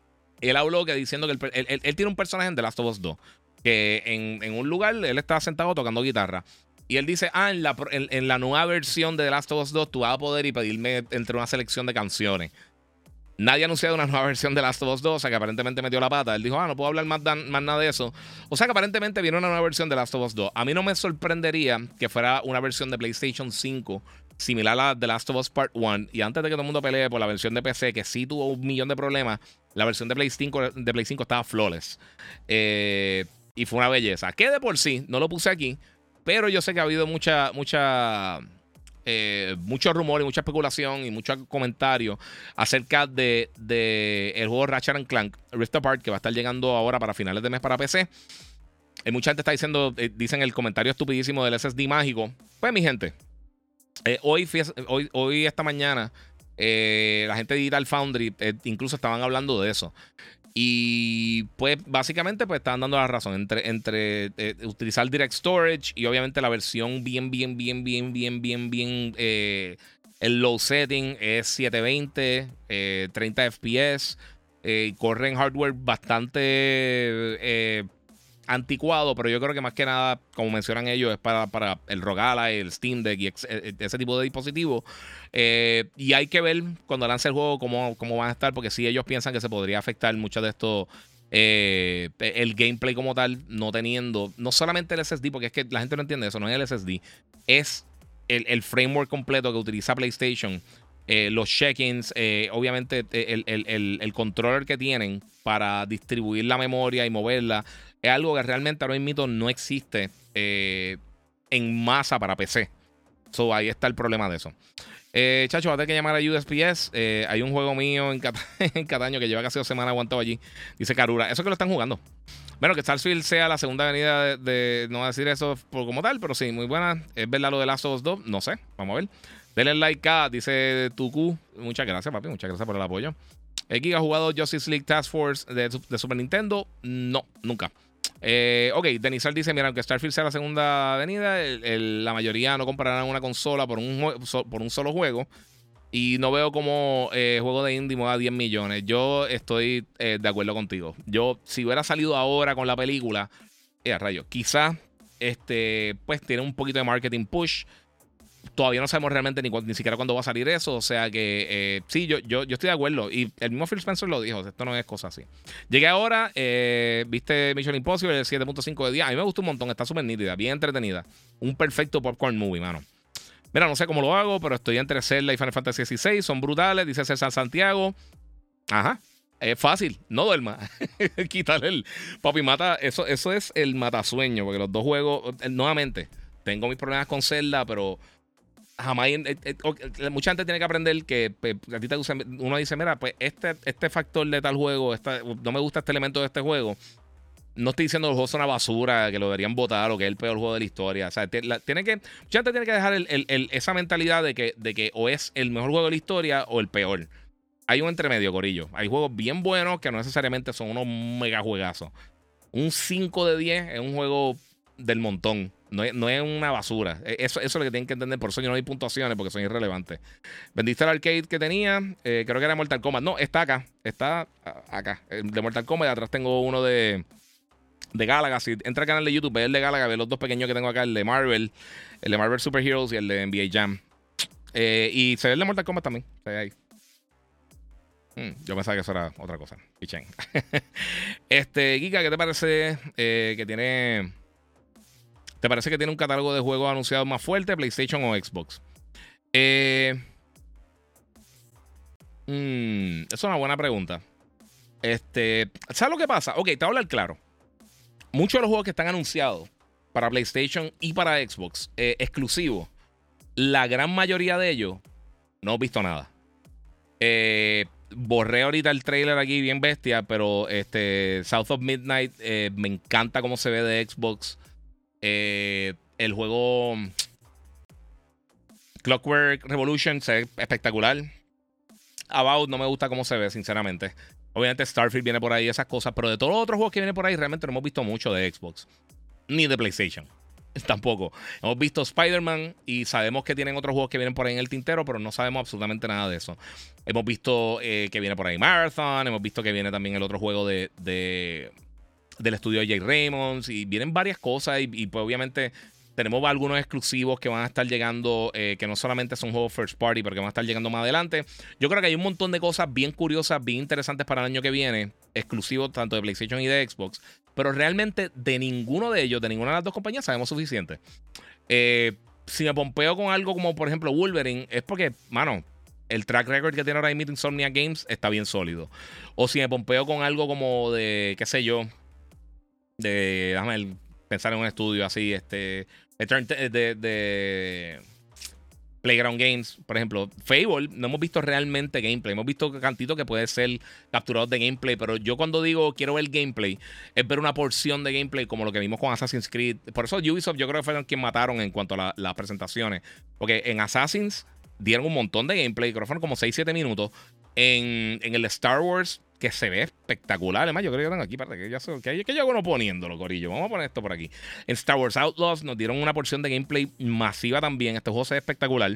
él habló que diciendo que el, él, él, él tiene un personaje en The Last of Us dos, que en, en un lugar él está sentado tocando guitarra. Y él dice, ah, en la, en, en la nueva versión de The Last of Us dos tú vas a poder y pedirme entre una selección de canciones. Nadie ha anunciado una nueva versión de Last of Us dos, o sea que aparentemente metió la pata. Él dijo, ah, no puedo hablar más, dan, más nada de eso. O sea que aparentemente viene una nueva versión de Last of Us dos. A mí no me sorprendería que fuera una versión de PlayStation cinco similar a la de Last of Us Part uno. Y antes de que todo el mundo pelee por la versión de P C, que sí tuvo un millón de problemas, la versión de Play cinco, de Play cinco estaba flawless. Eh, y fue una belleza. Que de por sí, no lo puse aquí, pero yo sé que ha habido mucha, mucha... Eh, mucho rumor y mucha especulación y mucho comentario acerca de, de el juego Ratchet and Clank Rift Apart, que va a estar llegando ahora para finales de mes para P C. Eh, mucha gente está diciendo, eh, dicen el comentario estupidísimo del S S D mágico. Pues mi gente, eh, hoy, hoy, hoy esta mañana eh, la gente de Digital Foundry eh, incluso estaban hablando de eso. Y pues básicamente pues estaban dando la razón entre, entre eh, utilizar Direct Storage y obviamente la versión bien, bien, bien, bien, bien, bien, bien, eh, el low setting es setecientos veinte, eh, treinta F P S, eh, corre en hardware bastante eh, anticuado, pero yo creo que más que nada, como mencionan ellos, es para, para el R O G Ally, el Steam Deck y ex, ese tipo de dispositivos. Eh, y hay que ver cuando lance el juego cómo, cómo van a estar, porque si ellos piensan que se podría afectar mucho de esto, eh, el gameplay como tal, no teniendo, no solamente el S S D, porque es que la gente no entiende eso, no es el S S D, es el, el framework completo que utiliza PlayStation. Eh, los check-ins, eh, obviamente el, el, el, el controller que tienen para distribuir la memoria y moverla es algo que realmente ahora mismo no existe eh, en masa para P C. So, ahí está el problema de eso. Eh, chacho, va a tener que llamar a U S P S. Eh, hay un juego mío en, Cat en Cataño que lleva casi dos semanas aguantado allí. Dice Karura. Eso que lo están jugando. Bueno, que Starfield sea la segunda avenida de, de no decir eso por como tal, pero sí, muy buena. Es verdad lo de Last of Us dos. No sé, vamos a ver. Denle like a, dice Tuku. Muchas gracias, papi. Muchas gracias por el apoyo. ¿El Giga ha jugado Justice League Task Force de, de Super Nintendo? No, nunca. Eh, ok, Denizal dice, mira, aunque Starfield sea la segunda avenida, el, el, la mayoría no comprarán una consola por un, por un solo juego. Y no veo como eh, juego de indie mueva diez millones. Yo estoy eh, de acuerdo contigo. Yo, si hubiera salido ahora con la película, eh, rayo, quizás este, pues tiene un poquito de marketing push. Todavía no sabemos realmente ni, ni siquiera cuándo va a salir eso. O sea que eh, sí, yo, yo, yo estoy de acuerdo. Y el mismo Phil Spencer lo dijo. Esto no es cosa así. Llegué ahora, eh, viste Mission Impossible, el siete punto cinco de diez. A mí me gustó un montón. Está súper nítida, bien entretenida. Un perfecto popcorn movie, mano. Mira, no sé cómo lo hago, pero estoy entre Zelda y Final Fantasy dieciséis. Son brutales, dice César Santiago. Ajá. Es fácil, no duerma. Quitarle el papi mata. Eso, eso es el matasueño. Porque los dos juegos, eh, nuevamente, tengo mis problemas con Zelda, pero jamás. Eh, eh, mucha gente tiene que aprender que pues, a ti te gusta, uno dice, mira, pues este, este factor de tal juego, esta, no me gusta este elemento de este juego. no estoy diciendo que los juegos son una basura, que lo deberían votar o que es el peor juego de la historia. O sea, te, la, tiene que, ya te tiene que dejar el, el, el, esa mentalidad de que, de que o es el mejor juego de la historia o el peor. Hay un entremedio, corillo. Hay juegos bien buenos que no necesariamente son unos mega juegazos. Un cinco de diez es un juego del montón. No es, no es una basura. Eso, eso es lo que tienen que entender. Por eso yo no doy puntuaciones porque son irrelevantes. Vendiste el arcade que tenía. Eh, creo que era Mortal Kombat. No, está acá. Está acá. El de Mortal Kombat. Y atrás tengo uno de... de Galaga. Si entra al canal de YouTube, ve el de Galaga, ve los dos pequeños que tengo acá, el de Marvel, el de Marvel Super Heroes y el de N B A Jam. Eh, y se ve el de Mortal Kombat también. Se ve ahí. Hmm, yo pensaba que eso era otra cosa. Pichén. este, Giga, ¿qué te parece eh, que tiene... ¿Te parece que tiene un catálogo de juegos anunciados más fuerte, PlayStation o Xbox? Eh, mm, es una buena pregunta. Este, ¿sabes lo que pasa? Ok, te voy a hablar claro. Muchos de los juegos que están anunciados para PlayStation y para Xbox eh, exclusivos, la gran mayoría de ellos no he visto nada. Eh, borré ahorita el trailer aquí bien bestia, pero este South of Midnight eh, me encanta cómo se ve de Xbox. Eh, el juego Clockwork Revolution se ve espectacular. About no me gusta cómo se ve, sinceramente. Obviamente Starfield viene por ahí, esas cosas. Pero de todos los otros juegos que vienen por ahí, realmente no hemos visto mucho de Xbox. Ni de PlayStation. Tampoco. Hemos visto Spider-Man y sabemos que tienen otros juegos que vienen por ahí en el tintero, pero no sabemos absolutamente nada de eso. Hemos visto eh, que viene por ahí Marathon. Hemos visto que viene también el otro juego de... de del estudio de Jay Raymond. Y vienen varias cosas. Y, y pues obviamente... tenemos algunos exclusivos que van a estar llegando, eh, que no solamente son juegos first party, pero que van a estar llegando más adelante. Yo creo que hay un montón de cosas bien curiosas, bien interesantes para el año que viene, exclusivos tanto de PlayStation y de Xbox, pero realmente de ninguno de ellos, de ninguna de las dos compañías, sabemos suficiente. Eh, si me pompeo con algo como, por ejemplo, Wolverine, es porque, mano, el track record que tiene ahora mismo Insomnia Games está bien sólido. O si me pompeo con algo como de, qué sé yo, de, déjame ver, pensar en un estudio así, este, de, de, de Playground Games, por ejemplo, Fable, no hemos visto realmente gameplay, hemos visto cantitos que puede ser capturados de gameplay, pero yo cuando digo quiero ver gameplay, es ver una porción de gameplay como lo que vimos con Assassin's Creed. Por eso Ubisoft yo creo que fueron quienes mataron en cuanto a la, las presentaciones, porque en Assassin's dieron un montón de gameplay, creo que fueron como seis siete minutos. En, en el Star Wars, que se ve espectacular. Además, yo creo que tengo aquí, para que ya sé, que, que yo hago no poniéndolo, corillo. Vamos a poner esto por aquí. En Star Wars Outlaws nos dieron una porción de gameplay masiva también. Este juego se ve espectacular.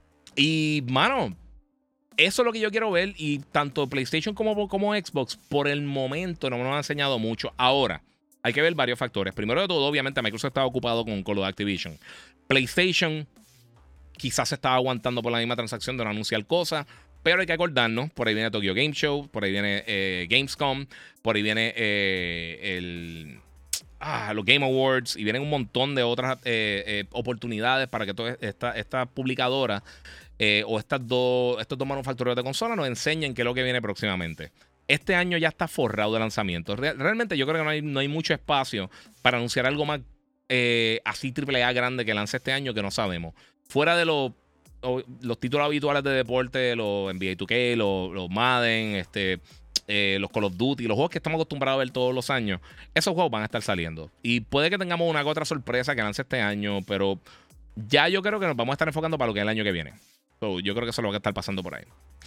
Y, mano, eso es lo que yo quiero ver. Y tanto PlayStation como, como Xbox, por el momento, no me lo han enseñado mucho. Ahora, hay que ver varios factores. Primero de todo, obviamente, Microsoft estaba ocupado con Call of Activision. PlayStation quizás se estaba aguantando por la misma transacción de no anunciar cosas. Pero hay que acordarnos, por ahí viene Tokyo Game Show, por ahí viene eh, Gamescom, por ahí viene eh, el, ah, los Game Awards y vienen un montón de otras eh, eh, oportunidades para que todas estas esta publicadoras eh, o estas dos, estos dos manufactureros de consolas nos enseñen qué es lo que viene próximamente. Este año ya está forrado de lanzamientos. Real, realmente yo creo que no hay, no hay mucho espacio para anunciar algo más eh, así triple A grande que lance este año que no sabemos. Fuera de los... los títulos habituales de deporte, los N B A dos K, los, los Madden, este, eh, los Call of Duty, los juegos que estamos acostumbrados a ver todos los años, esos juegos van a estar saliendo. Y puede que tengamos una que otra sorpresa que lance este año, pero ya yo creo que nos vamos a estar enfocando para lo que es el año que viene. So, yo creo que eso es lo que está pasando por ahí.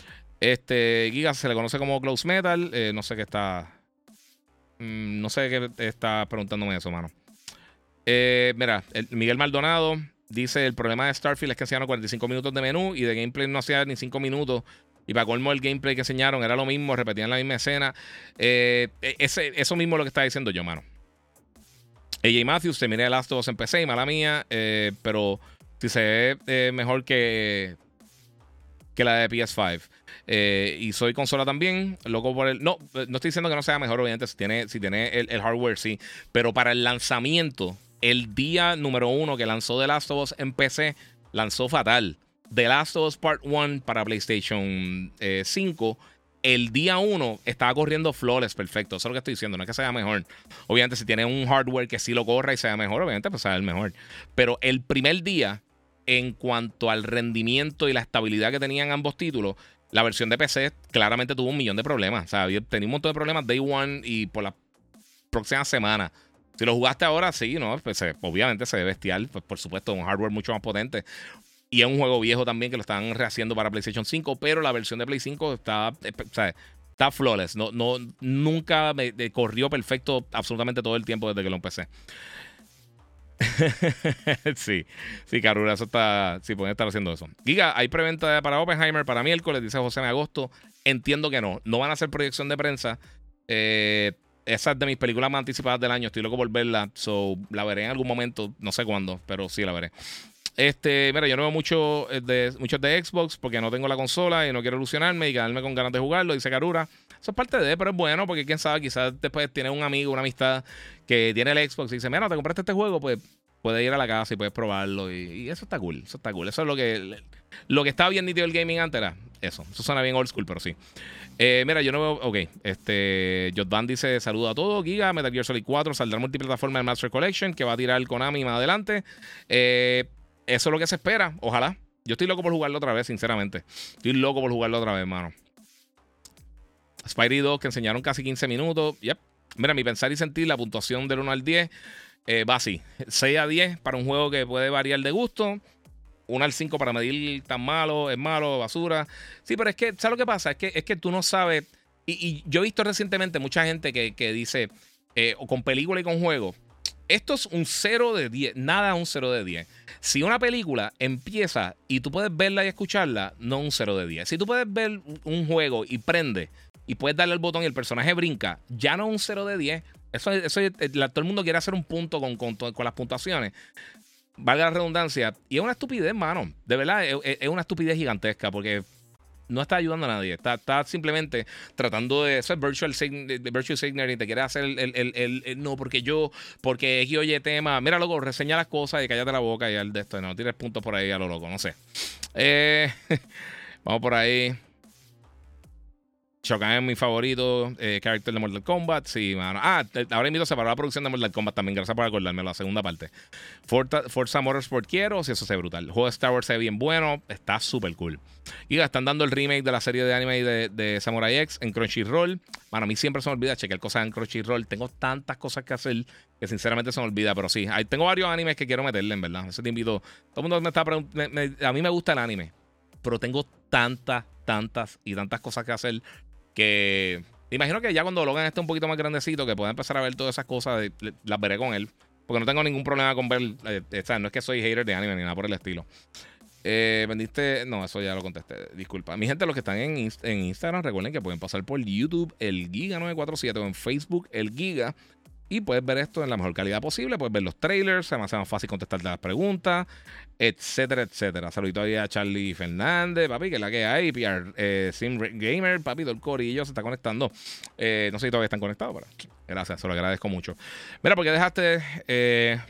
Este, Giga se le conoce como Close Metal. Eh, no sé qué está. Mmm, no sé qué está preguntándome eso, mano. Eh, mira, el Miguel Maldonado dice: el problema de Starfield es que hacían cuarenta y cinco minutos de menú y de gameplay no hacía ni cinco minutos. Y para colmo, el gameplay que enseñaron era lo mismo, repetían la misma escena. Eh, ese, eso mismo es lo que estaba diciendo yo, mano. A J Matthews, terminé The Last of Us en P C, mala mía, eh, pero si se ve eh, mejor que, que la de P S cinco. Eh, y soy consola también, loco por el... No, no estoy diciendo que no sea mejor, obviamente, si tiene, si tiene el, el hardware, sí. Pero para el lanzamiento, el día número uno que lanzó The Last of Us en P C, lanzó fatal. The Last of Us Part uno para PlayStation eh, cinco, el día uno estaba corriendo flawless, perfecto. Eso es lo que estoy diciendo, no es que sea mejor. Obviamente, si tiene un hardware que sí lo corra y sea mejor, obviamente, pues sea el mejor. Pero el primer día, en cuanto al rendimiento y la estabilidad que tenían ambos títulos, la versión de P C claramente tuvo un millón de problemas. O sea, tenía un montón de problemas Day One y por la próximas semanas. Si lo jugaste ahora, sí, ¿no? Pues, se, obviamente se ve bestial. Pues, por supuesto, un hardware mucho más potente. Y es un juego viejo también que lo están rehaciendo para PlayStation cinco, pero la versión de Play cinco está, eh, o sea, está flawless. No, no, nunca me, me corrió perfecto absolutamente todo el tiempo desde que lo empecé. sí, sí, Karura, eso está. Sí, pueden estar haciendo eso. Giga, hay preventa para Oppenheimer para miércoles, dice José en agosto. Entiendo que no. No van a hacer proyección de prensa. Eh, esa es de mis películas más anticipadas del año. Estoy loco por verla. So, la veré en algún momento. No sé cuándo, pero sí la veré. Este, mira, yo no veo mucho de, muchos de Xbox porque no tengo la consola y no quiero ilusionarme y quedarme con ganas de jugarlo, dice Karura. Eso es parte de, pero es bueno porque quién sabe, quizás después tienes un amigo, una amistad que tiene el Xbox y dice, mira, te compraste este juego, pues puedes ir a la casa y puedes probarlo. Y, y eso está cool, eso está cool. Eso es lo que lo que estaba bien nítido el gaming antes era eso. Eso suena bien old school, pero sí. Eh, mira, yo no veo. Ok, este. Jotvan dice: saludo a todos. Giga, Metal Gear Solid cuatro saldrá multiplataforma de Master Collection que va a tirar Konami más adelante. Eh, eso es lo que se espera. Ojalá. Yo estoy loco por jugarlo otra vez, sinceramente. Estoy loco por jugarlo otra vez, hermano. Spidey dos, que enseñaron casi quince minutos. Yep. Mira, mi pensar y sentir, la puntuación del uno al diez eh, va así: seis a diez para un juego que puede variar de gusto. uno al cinco para medir tan malo, es malo, basura. Sí, pero es que, ¿sabes lo que pasa? Es que, es que tú no sabes. Y, y yo he visto recientemente mucha gente que, que dice, eh, o con película y con juego, esto es un cero de diez, nada un cero de diez. Si una película empieza y tú puedes verla y escucharla, no un cero de diez. Si tú puedes ver un juego y prende y puedes darle el botón y el personaje brinca, ya no es un cero de diez. Eso, eso, la, todo el mundo quiere hacer un punto con, con, con las puntuaciones. Valga la redundancia. Y es una estupidez, mano. De verdad, es, es una estupidez gigantesca porque no está ayudando a nadie. Está, está simplemente tratando de ser virtual, virtual signature y te quiere hacer el, el, el, el, el no, porque yo, porque X oye tema. Mira, loco, reseña las cosas y cállate la boca y al de esto. No tires puntos por ahí a lo loco, no sé. Eh, vamos por ahí. Shokan es mi favorito eh, character de Mortal Kombat. Sí, mano. Ah, ahora invito a separar la producción de Mortal Kombat también. Gracias por acordarme la segunda parte. Forza, Forza Motorsport quiero. Si eso se ve brutal. El juego de Star Wars se ve bien bueno. Está súper cool. Y están dando el remake de la serie de anime de, de Samurai X en Crunchyroll. Bueno, a mí siempre se me olvida chequear cosas en Crunchyroll. Tengo tantas cosas que hacer que sinceramente se me olvida. Pero sí, hay, tengo varios animes que quiero meterle, en verdad. Eso te invito. Todo el mundo me está preguntando. A mí me gusta el anime. Pero tengo tantas, tantas y tantas cosas que hacer que imagino que ya cuando Logan esté un poquito más grandecito, que pueda empezar a ver todas esas cosas, de, las veré con él. Porque no tengo ningún problema con ver. Eh, no es que soy hater de anime ni nada por el estilo. Eh, vendiste. No, eso ya lo contesté. Disculpa. Mi gente, los que están en, en Instagram, recuerden que pueden pasar por YouTube, el Giga nueve cuatro siete, o en Facebook, el Giga. Y puedes ver esto en la mejor calidad posible. Puedes ver los trailers, se me hace más fácil contestar las preguntas, etcétera, etcétera. Saludito ahí a Charlie Fernández, papi, que es la que hay. P R eh, Sim Gamer, papi, todo el corillo se está conectando. Eh, no sé si todavía están conectados, pero gracias, se lo agradezco mucho. Mira, porque dejaste eh,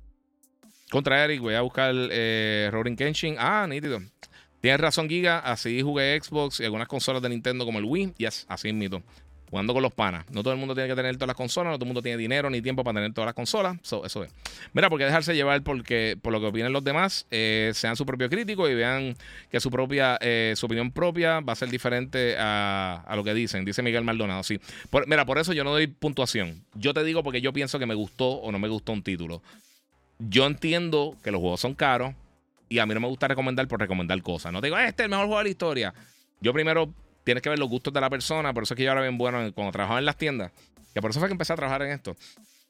contra Eric, voy a buscar eh, Roaring Kenshin. Ah, nítido. Tienes razón, Giga. Así jugué Xbox y algunas consolas de Nintendo como el Wii. Yes, así es mito. Jugando con los panas. No todo el mundo tiene que tener todas las consolas, no todo el mundo tiene dinero ni tiempo para tener todas las consolas. So, eso es. Mira, porque dejarse llevar porque, por lo que opinen los demás, eh, sean su propio crítico y vean que su propia, eh, su opinión propia va a ser diferente a, a lo que dicen. Dice Miguel Maldonado. Sí. Por, mira, por eso yo no doy puntuación. Yo te digo porque yo pienso que me gustó o no me gustó un título. Yo entiendo que los juegos son caros y a mí no me gusta recomendar por recomendar cosas. No te digo, este es el mejor juego de la historia. Yo primero tienes que ver los gustos de la persona. Por eso es que yo ahora bien bueno cuando trabajaba en las tiendas. Que por eso fue que empecé a trabajar en esto.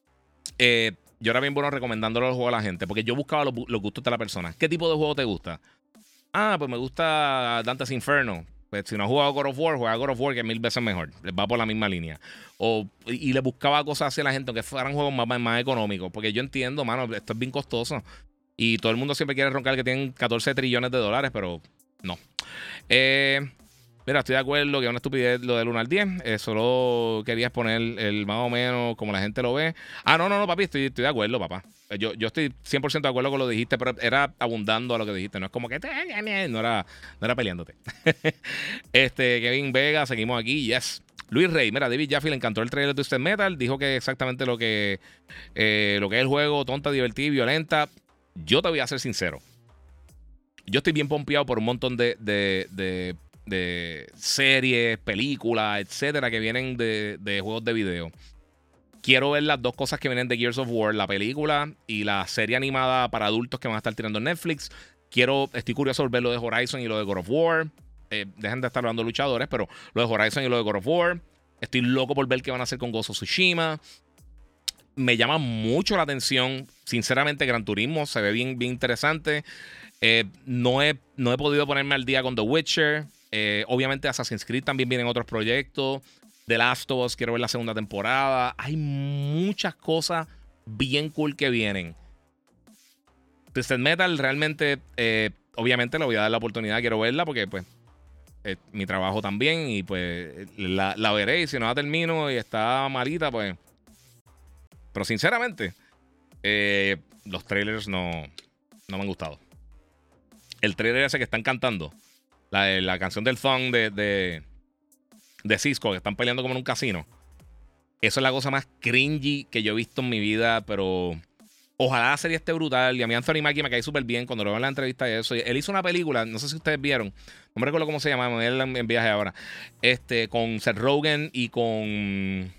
Eh, yo era bien bueno recomendándole los juegos a la gente. Porque yo buscaba los, los gustos de la persona. ¿Qué tipo de juego te gusta? Ah, pues me gusta Dante's Inferno. Pues si no has jugado God of War, juega God of War, que es mil veces mejor. Les va por la misma línea. O, y, y le buscaba cosas así a la gente, aunque fueran juegos más, más, más económicos. Porque yo entiendo, mano, esto es bien costoso. Y todo el mundo siempre quiere roncar que tienen catorce trillones de dólares, pero no. Eh... Mira, estoy de acuerdo que es una estupidez lo del uno al diez. Eh, solo querías poner el más o menos como la gente lo ve. Ah, no, no, no, papi, estoy, estoy de acuerdo, papá. Yo, yo estoy cien por ciento de acuerdo con lo que dijiste, pero era abundando a lo que dijiste. No es como que no era, no era peleándote. este, Kevin Vega, seguimos aquí, yes. Luis Rey, mira, David Jaffe le encantó el trailer de Twisted Metal. Dijo que exactamente lo que, eh, lo que es el juego, tonta, divertida y violenta. Yo te voy a ser sincero. Yo estoy bien pompeado por un montón de, de, de de series, películas, etcétera, que vienen de, de juegos de video. quiero ver las dos cosas que vienen de Gears of War, la película y la serie animada para adultos que van a estar tirando en Netflix. Quiero, estoy curioso por ver lo de Horizon y lo de God of War. Eh, dejen de estar hablando de luchadores, pero lo de Horizon y lo de God of War. Estoy loco por ver qué van a hacer con Ghost of Tsushima. Me llama mucho la atención. Sinceramente, Gran Turismo se ve bien, bien interesante. Eh, no, he, no he podido ponerme al día con The Witcher. Eh, obviamente, Assassin's Creed también vienen otros proyectos. The Last of Us, quiero ver la segunda temporada. Hay muchas cosas bien cool que vienen. Twisted Metal, realmente, eh, obviamente, le voy a dar la oportunidad. Quiero verla porque, pues, es mi trabajo también. Y, pues, la, la veré. Y si no la termino y está malita, pues. Pero sinceramente, eh, los trailers no, no me han gustado. El trailer ese que están cantando, la, la canción del Thong de, de, de Cisco, que están peleando como en un casino. Eso es la cosa más cringy que yo he visto en mi vida, pero ojalá la serie esté brutal. Y a mí Anthony Mackie me cae súper bien cuando lo veo en la entrevista y eso. Él hizo una película, no sé si ustedes vieron, no me recuerdo cómo se llama, él en, en viaje ahora, este, con Seth Rogen y con...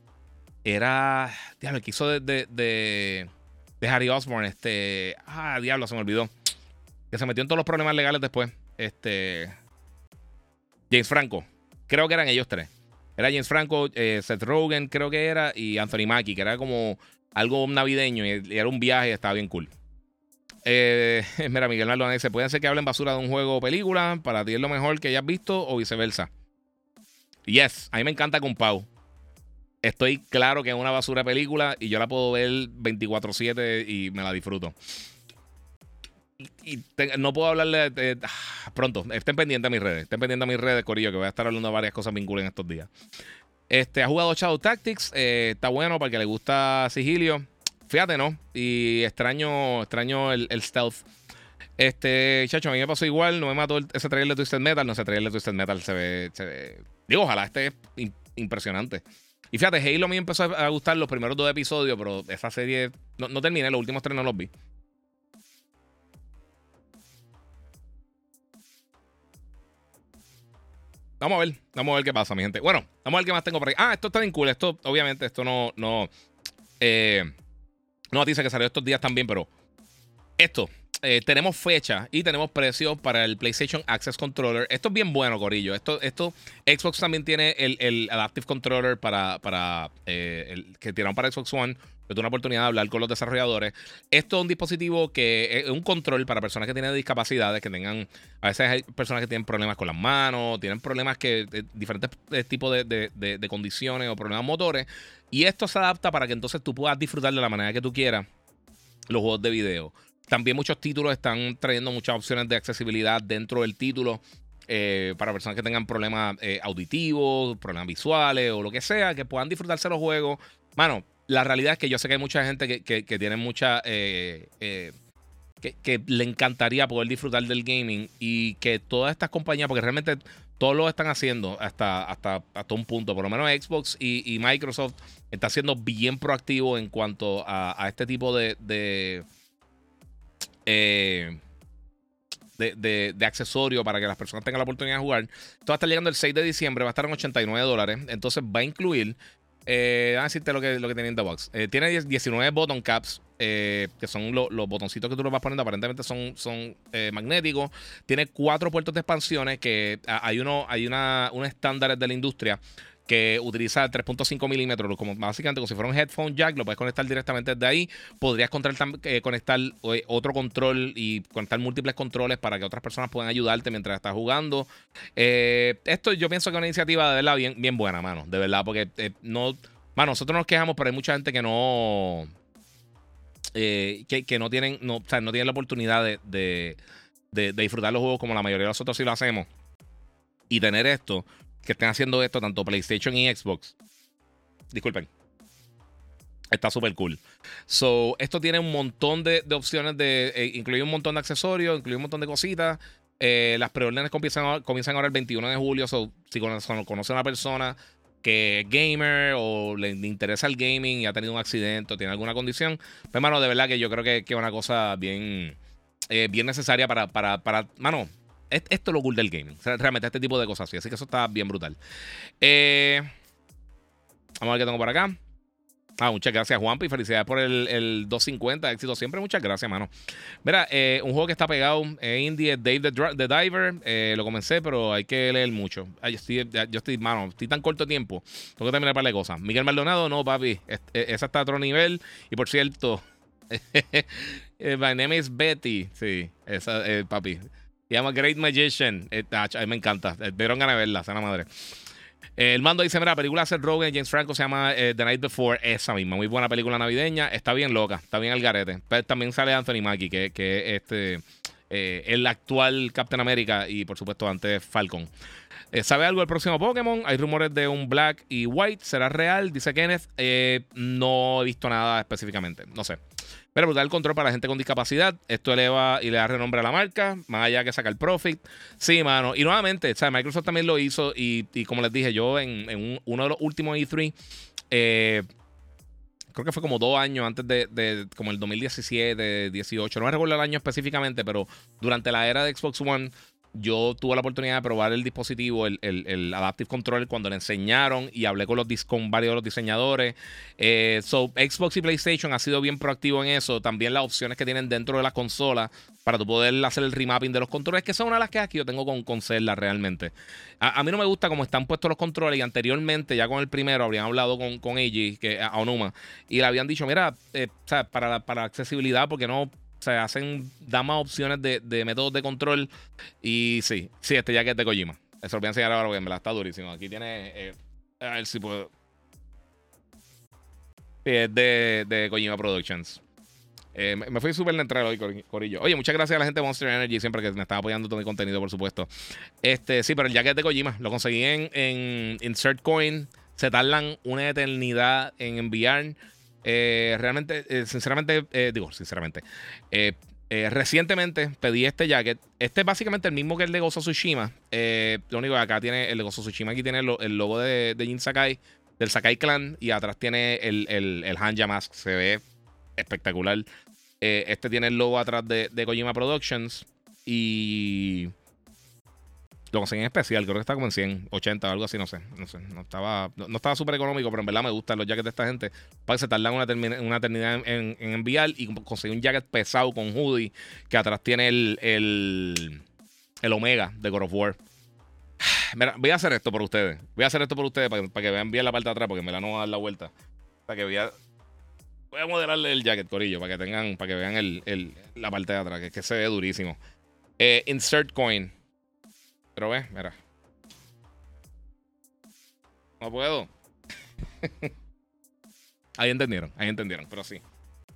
Era. Diablo, el que hizo de, de, de, de Harry Osborn. Este. Ah, diablo, se me olvidó. Que se metió en todos los problemas legales después. Este. James Franco. Creo que eran ellos tres. Era James Franco, eh, Seth Rogen, creo que era. Y Anthony Mackie, que era como algo navideño. Y, y era un viaje, estaba bien cool. Eh, mira, Miguel Naldo dice: ¿pueden ser que hablen basura de un juego o película? Para ti es lo mejor que hayas visto o viceversa. Yes, a mí me encanta con Pau. Estoy claro que es una basura película y yo la puedo ver veinticuatro siete y me la disfruto. Y, y te, no puedo hablarle de, de, ah, pronto. Estén pendientes a mis redes. Estén pendientes a mis redes, corillo, que voy a estar hablando de varias cosas bien cool en estos días. Este, ¿ha jugado Shadow Tactics? Eh, está bueno para el que le gusta Sigilio. Fíjate, ¿no? Y extraño, extraño el, el stealth. Este, chacho, a mí me pasó igual. No me mató el, ese trailer de Twisted Metal. No, ese trailer de Twisted Metal se ve... Se ve digo, ojalá esté impresionante. Y fíjate, Halo a mí empezó a gustar los primeros dos episodios, pero esa serie no, no terminé, los últimos tres no los vi. Vamos a ver, vamos a ver qué pasa, mi gente. Bueno, vamos a ver qué más tengo por ahí. Ah, esto está bien cool. Esto, obviamente, esto no, no, eh, no dice que salió estos días también, pero esto, eh, tenemos fecha y tenemos precios para el PlayStation Access Controller. Esto es bien bueno, corillo. Esto, esto, Xbox también tiene el, el Adaptive Controller para, para eh, el, que tiraron para Xbox One. Yo tuve una oportunidad de hablar con los desarrolladores. Esto es un dispositivo que es un control para personas que tienen discapacidades, que tengan, a veces hay personas que tienen problemas con las manos, tienen problemas que, de, diferentes tipos de, de, de, de condiciones o problemas motores. Y esto se adapta para que entonces tú puedas disfrutar de la manera que tú quieras los juegos de video. También muchos títulos están trayendo muchas opciones de accesibilidad dentro del título eh, para personas que tengan problemas eh, auditivos, problemas visuales o lo que sea, que puedan disfrutarse los juegos. Mano, la realidad es que yo sé que hay mucha gente que, que, que tiene mucha... Eh, eh, que, que le encantaría poder disfrutar del gaming y que todas estas compañías, porque realmente todos lo están haciendo hasta, hasta, hasta un punto, por lo menos Xbox y, y Microsoft está siendo bien proactivo en cuanto a, a este tipo de... de Eh, de, de, de accesorio para que las personas tengan la oportunidad de jugar. Esto va a estar llegando el seis de diciembre, va a estar en ochenta y nueve dólares. Entonces va a incluir, eh, a decirte lo que, lo que tiene en The Box. Eh, tiene diecinueve button caps, eh, que son lo, los botoncitos que tú los vas poniendo. Aparentemente son, son eh, magnéticos. Tiene cuatro puertos de expansiones, que a, hay, uno, hay una, unos estándares de la industria que utiliza tres punto cinco milímetros, como básicamente como si fuera un headphone jack, lo puedes conectar directamente desde ahí. Podrías conectar, eh, conectar eh, otro control y conectar múltiples controles para que otras personas puedan ayudarte mientras estás jugando. Eh, esto yo pienso que es una iniciativa de verdad bien, bien buena, mano, de verdad, porque eh, no, mano, nosotros nos quejamos, pero hay mucha gente que no, eh, que, que no tienen, no, o sea, no tienen la oportunidad de, de, de, de disfrutar los juegos como la mayoría de nosotros sí lo hacemos. Y tener esto, que estén haciendo esto tanto PlayStation y Xbox, disculpen, está súper cool. So, esto tiene un montón de, de opciones de eh, incluye un montón de accesorios, incluye un montón de cositas. Eh, las preórdenes comienzan, comienzan ahora el veintiuno de julio. So, si conocen conoce a una persona que es gamer o le, le interesa el gaming y ha tenido un accidente o tiene alguna condición, pues, mano, de verdad que yo creo que, que es una cosa bien, eh, bien necesaria para, para, para, mano, esto es lo cool del gaming. O sea, realmente este tipo de cosas así. Así que eso está bien brutal. Eh, vamos a ver qué tengo por acá. Ah, muchas gracias, Juanpi. Felicidades por el, el doscientos cincuenta. Éxito siempre. Muchas gracias, mano. Mira, eh, un juego que está pegado en indie es Dave the, Dra- the Diver. Eh, lo comencé, pero hay que leer mucho. Ay, yo estoy, ya- yo estoy, mano, estoy tan corto de tiempo. Tengo que terminar un par de cosas. Miguel Maldonado, no, papi. Es- eh, esa está a otro nivel. Y por cierto, eh, my name is Betty. Sí, esa, eh, papi. Se llama Great Magician. Eh, ah, ch- a mí me encanta. Eh, Dieron ganas de verla, sana madre. Eh, el mando dice: mira, la película de Seth Rogen y James Franco se llama eh, The Night Before. Esa misma, muy buena película navideña. Está bien loca, está bien al garete. Pero también sale Anthony Mackie, que, que es este, eh, el actual Captain America y por supuesto antes Falcon. Eh, ¿Sabe algo del próximo Pokémon? Hay rumores de un Black y White. ¿Será real? Dice Kenneth. Eh, no he visto nada específicamente. No sé. Pero brutal el control para la gente con discapacidad. Esto eleva y le da renombre a la marca, más allá que sacar profit. Sí, mano. Y nuevamente, o sea, Microsoft también lo hizo. Y, y como les dije, yo en, en un- uno de los últimos E tres, eh, creo que fue como dos años antes de, de como el dos mil diecisiete, dieciocho. No me recuerdo el año específicamente, pero durante la era de Xbox One, yo tuve la oportunidad de probar el dispositivo, el, el, el Adaptive Controller, cuando le enseñaron y hablé con, los, dis- con varios de los diseñadores. Eh, so, Xbox y PlayStation ha sido bien proactivo en eso. También las opciones que tienen dentro de las consolas para tu poder hacer el remapping de los controles, que son una de las quejas que yo tengo con, con Zelda realmente. A, a mí no me gusta cómo están puestos los controles y anteriormente, ya con el primero, habrían hablado con, con Eiji, que, a Onuma, y le habían dicho, mira, eh, o sea, para, la- para la accesibilidad, porque no se hacen, dan más opciones de, de métodos de control. Y sí, sí, este jacket de Kojima. Eso lo voy a enseñar ahora porque me la está durísimo. Aquí tiene, eh, a ver si puedo. Sí, es de, de Kojima Productions. Eh, me, me fui súper neutral hoy, Cor- Corillo. Oye, muchas gracias a la gente de Monster Energy siempre que me están apoyando todo mi contenido, por supuesto. Este, sí, pero el jacket de Kojima lo conseguí en, en Insert Coin. Se tardan una eternidad en enviar. Eh, realmente, eh, sinceramente, eh, digo, sinceramente, eh, eh, recientemente pedí este jacket. Este es básicamente el mismo que el de Gozo Tsushima. Eh, lo único que acá tiene el de Gozo Tsushima, aquí tiene lo- el logo de, de Jin Sakai, del Sakai Clan, y atrás tiene el, el, el Hanja Mask. Se ve espectacular. Eh, este tiene el logo atrás de, de Kojima Productions. Y lo conseguí en especial. Creo que está como en cien, ochenta o algo así. No sé. No sé. No estaba no, no estaba súper económico, pero en verdad me gustan los jackets de esta gente. Para que se tardan una, termi- una eternidad en, en- en enviar. Y conseguí un jacket pesado con hoodie que atrás tiene el, el, el Omega de God of War. Mira, voy a hacer esto por ustedes. Voy a hacer esto por ustedes para, para que vean bien la parte de atrás, porque me la no va a dar la vuelta. Para que voy a, voy a modelarle el jacket, corillo, para que tengan, para que vean el, el- la parte de atrás, que es que se ve durísimo. Eh, insert coin. Pero ve, mira. No puedo. Ahí entendieron, ahí entendieron, pero sí.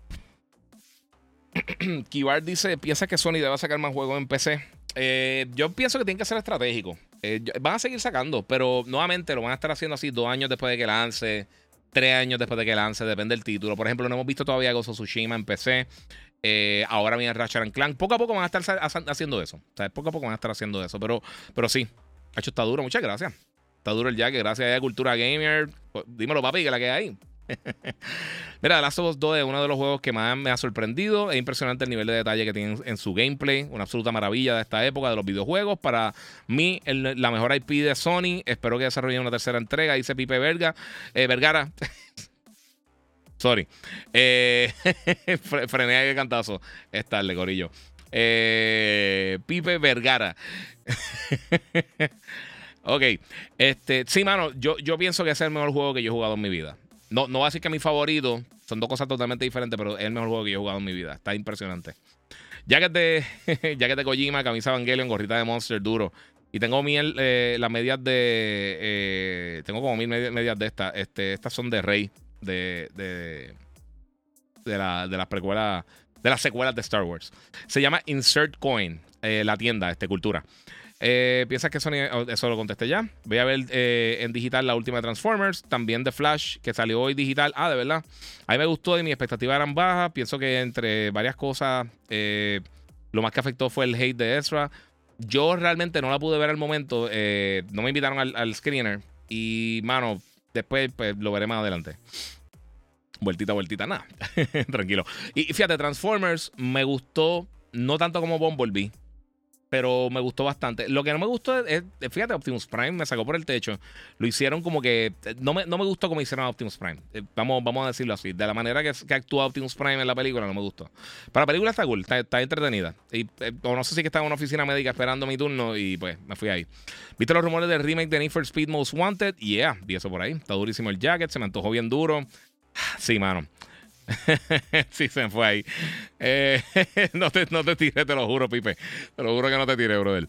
Kibar dice: piensa que Sony debe sacar más juegos en P C. Eh, yo pienso que tiene que ser estratégico. Eh, yo- van a seguir sacando, pero nuevamente lo van a estar haciendo así dos años después de que lance, tres años después de que lance, depende del título. Por ejemplo, no hemos visto todavía Ghost of Tsushima en P C. Eh, ahora viene Ratchet and Clank. Poco a poco van a estar sa- haciendo eso. O sea, poco a poco van a estar haciendo eso. Pero, pero sí, ha hecho está duro. Muchas gracias. Está duro el jacket. Gracias a Cultura Gamer. Pues, dímelo, papi, que la que hay. Mira, The Last of Us dos es uno de los juegos que más me ha sorprendido. Es impresionante el nivel de detalle que tiene en su gameplay. Una absoluta maravilla de esta época de los videojuegos. Para mí, el- la mejor I P de Sony. Espero que desarrollen una tercera entrega. Dice Pipe Verga. Eh, Vergara. Sorry. Eh, fre- frené ahí el cantazo. Es tarde, corillo. Eh, Pipe Vergara. Ok. Este, sí, mano, yo, yo pienso que ese es el mejor juego que yo he jugado en mi vida. No, no voy a decir que es mi favorito. Son dos cosas totalmente diferentes, pero es el mejor juego que yo he jugado en mi vida. Está impresionante. Jacket de, jacket de Kojima, camisa Evangelion, gorrita de Monster, duro. Y tengo mil, eh, las medias de. Eh, tengo como mil medias, medias de estas. Este, estas son de Rey. De. De, de, la, de las precuelas. De las secuelas de Star Wars. Se llama Insert Coin. Eh, la tienda, este, cultura. Eh, ¿Piensas que Sony? Oh, eso lo contesté ya. Voy a ver eh, en digital la última de Transformers. También de Flash, que salió hoy digital. Ah, de verdad. A mí me gustó y mis expectativas eran bajas. Pienso que entre varias cosas, eh, lo más que afectó fue el hate de Ezra. Yo realmente no la pude ver al momento. Eh, no me invitaron al, al screener. Y, mano, después pues, lo veré más adelante. Vueltita, vueltita, nada. Tranquilo. Y, y fíjate, Transformers me gustó no tanto como Bumblebee. pero me gustó bastante. Lo que no me gustó es, es, fíjate, Optimus Prime me sacó por el techo. Lo hicieron como que, no me, no me gustó como hicieron a Optimus Prime. Eh, vamos, vamos a decirlo así. De la manera que, que actúa Optimus Prime en la película, no me gustó. Pero la película está cool, está, está entretenida. Y, eh, o no sé si que estaba en una oficina médica esperando mi turno y pues me fui ahí. ¿Viste los rumores del remake de Need for Speed Most Wanted? Yeah, vi eso por ahí. Está durísimo el jacket, se me antojó bien duro. Sí, mano. Sí, se me fue ahí. Eh, no, te, no te tiré, te lo juro, Pipe. Te lo juro que no te tiré, brother.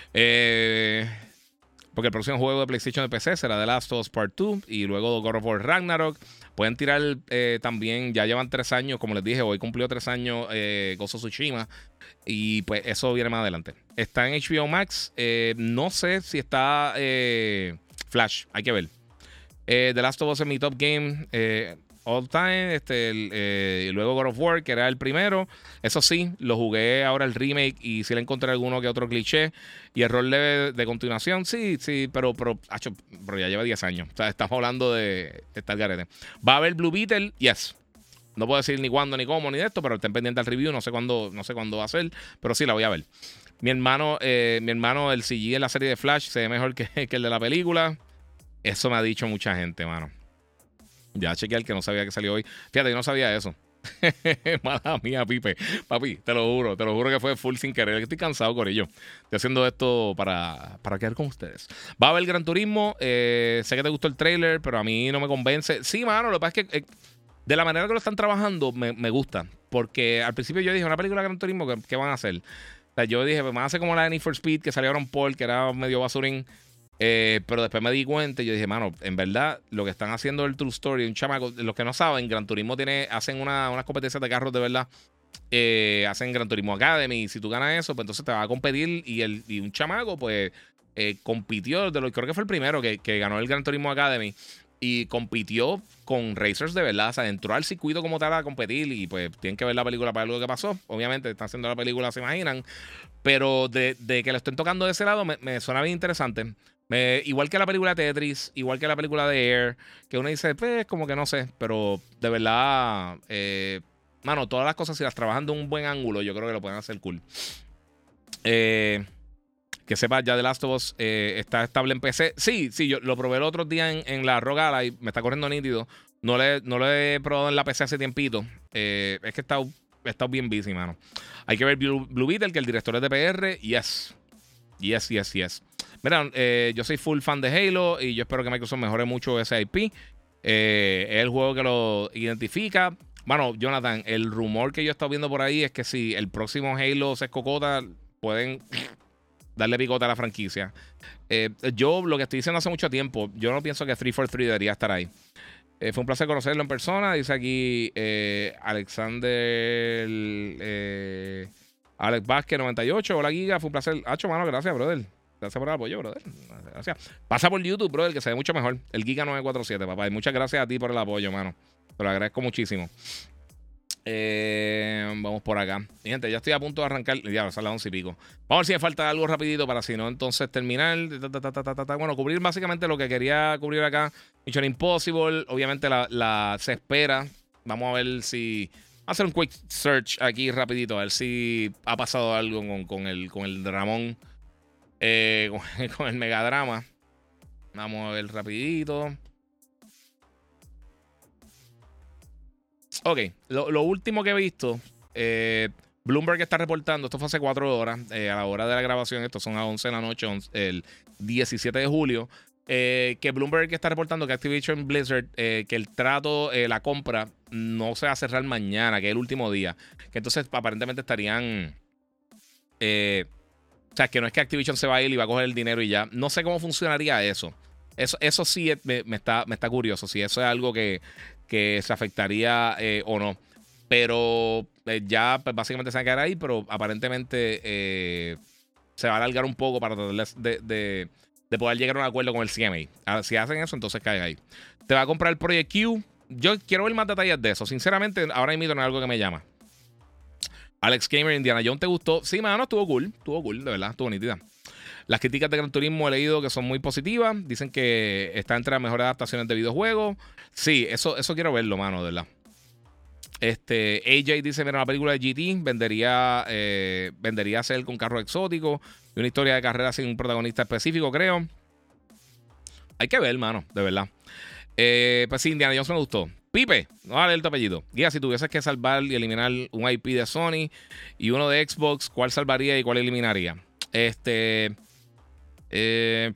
Eh, porque el próximo juego de PlayStation de P C será The Last of Us Part dos y luego God of War Ragnarok. Pueden tirar eh, también, ya llevan tres años, como les dije, hoy cumplió tres años eh, Ghost of Tsushima. Y pues eso viene más adelante. Está en H B O Max. Eh, no sé si está eh, Flash, hay que ver. Eh, The Last of Us es mi top game. Eh, All time, este, el, eh, luego God of War, que era el primero. Eso sí, lo jugué ahora el remake y sí le encontré alguno que otro cliché. Y error leve de continuación, sí, sí, pero, pero, acho, pero ya lleva diez años. O sea, estamos hablando de estar garete. ¿Va a haber Blue Beetle? Yes. No puedo decir ni cuándo, ni cómo, ni de esto, pero estén pendientes al review. No sé cuándo, no sé cuándo va a ser, pero sí la voy a ver. Mi hermano, eh, mi hermano, el C G en la serie de Flash se ve mejor que, que el de la película. Eso me ha dicho mucha gente, mano. Ya chequeé el que no sabía que salió hoy. Fíjate, yo no sabía eso. Mala mía, Pipe. Papi, te lo juro, te lo juro que fue full sin querer. Estoy cansado, corillo. Estoy haciendo esto para, para quedar con ustedes. Va a haber Gran Turismo. Eh, sé que te gustó el trailer, pero a mí no me convence. Sí, mano, lo que pasa es que eh, de la manera que lo están trabajando me, me gusta. Porque al principio yo dije, una película de Gran Turismo, ¿qué, qué van a hacer? O sea, yo dije, pues van a hacer como la de Need for Speed, que salieron Paul, que era medio basurín. Eh, pero después me di cuenta y yo dije, mano, en verdad, lo que están haciendo el True Story, un chamaco, los que no saben, Gran Turismo tiene, hacen una, unas competencias de carros de verdad. Eh, hacen Gran Turismo Academy. Y si tú ganas eso, pues entonces te va a competir. Y, el, y un chamaco, pues, eh, compitió, de lo, creo que fue el primero que, que ganó el Gran Turismo Academy. Y compitió con racers de verdad. O sea, entró al circuito como tal a competir. Y pues tienen que ver la película para ver lo que pasó. Obviamente, están haciendo la película, se imaginan. Pero de, de que lo estén tocando de ese lado, me, me suena bien interesante. Me, igual que la película Tetris, igual que la película de Air, que uno dice, pues, como que no sé, pero de verdad, eh, mano, todas las cosas, si las trabajan de un buen ángulo, yo creo que lo pueden hacer cool. Eh, que sepas, ya The Last of Us eh, está estable en P C. Sí, sí, yo lo probé el otro día en, en la Rogala y me está corriendo nítido. No, le, no lo he probado en la P C hace tiempito. Eh, es que he estado, he estado bien busy, mano. Hay que ver Blue, Blue Beetle, que el director es de P R. Yes. Yes, yes, yes. Mira, eh, yo soy full fan de Halo y yo espero que Microsoft mejore mucho ese I P. Eh, es el juego que lo identifica. Bueno, Jonathan, el rumor que yo he estado viendo por ahí es que si el próximo Halo se escocota, pueden darle picote a la franquicia. Eh, yo lo que estoy diciendo hace mucho tiempo, yo no pienso que trescientos cuarenta y tres debería estar ahí. Eh, fue un placer conocerlo en persona. Dice aquí eh, Alexander... Eh, Alex Vázquez noventa y ocho. Hola, Giga. Fue un placer. Hacho, mano, gracias, brother. Gracias por el apoyo, brother. Gracias. Pasa por YouTube, brother, que se ve mucho mejor. El Giga nueve cuatro siete, papá. Y muchas gracias a ti por el apoyo, mano. Te lo agradezco muchísimo. Eh, vamos por acá. Mi gente, ya estoy a punto de arrancar. Ya, son las once y pico. Vamos a ver si me falta algo rapidito para si no, entonces terminar. Ta, ta, ta, ta, ta, ta. Bueno, cubrir básicamente lo que quería cubrir acá. Mission Impossible. Obviamente la, la se espera. Vamos a ver si... Vamos a hacer un quick search aquí rapidito. A ver si ha pasado algo con, con el, con el dramón. Eh, con, con el megadrama. Vamos a ver rapidito. Ok, lo, lo último que he visto, eh, Bloomberg está reportando, esto fue hace cuatro horas, eh, a la hora de la grabación, esto son a once de la noche, once, el diecisiete de julio, eh, que Bloomberg está reportando que Activision Blizzard, eh, que el trato, eh, la compra, no se va a cerrar mañana, que es el último día, que entonces aparentemente estarían... Eh, o sea, que no es que Activision se va a ir y va a coger el dinero y ya. No sé cómo funcionaría eso. Eso, eso sí me, me, está, me está curioso, si eso es algo que... que se afectaría eh, o no. Pero eh, ya pues, básicamente se va a quedar ahí, pero aparentemente eh, se va a alargar un poco para tratar de, de, de poder llegar a un acuerdo con el C M A. Si hacen eso, entonces cae ahí. Te va a comprar el Project Q. Yo quiero ver más detalles de eso. Sinceramente, ahora mismo no es algo que me llama. Alex Gamer, Indiana Jones, ¿te gustó? Sí, mano, estuvo cool. Estuvo cool, de verdad, estuvo nítida. Las críticas de Gran Turismo he leído que son muy positivas. Dicen que está entre las mejores adaptaciones de videojuegos. Sí, eso, eso quiero verlo, mano, de verdad. Este, A J dice, mira, una película de G T vendería, eh, vendería ser con carros exóticos y una historia de carrera sin un protagonista específico, creo. Hay que ver, hermano, de verdad. Eh, pues sí, Indiana Jones me gustó. Pipe, no vale el tu apellido. Guía, si tuvieses que salvar y eliminar un I P de Sony y uno de Xbox, ¿cuál salvaría y cuál eliminaría? Este... Eh,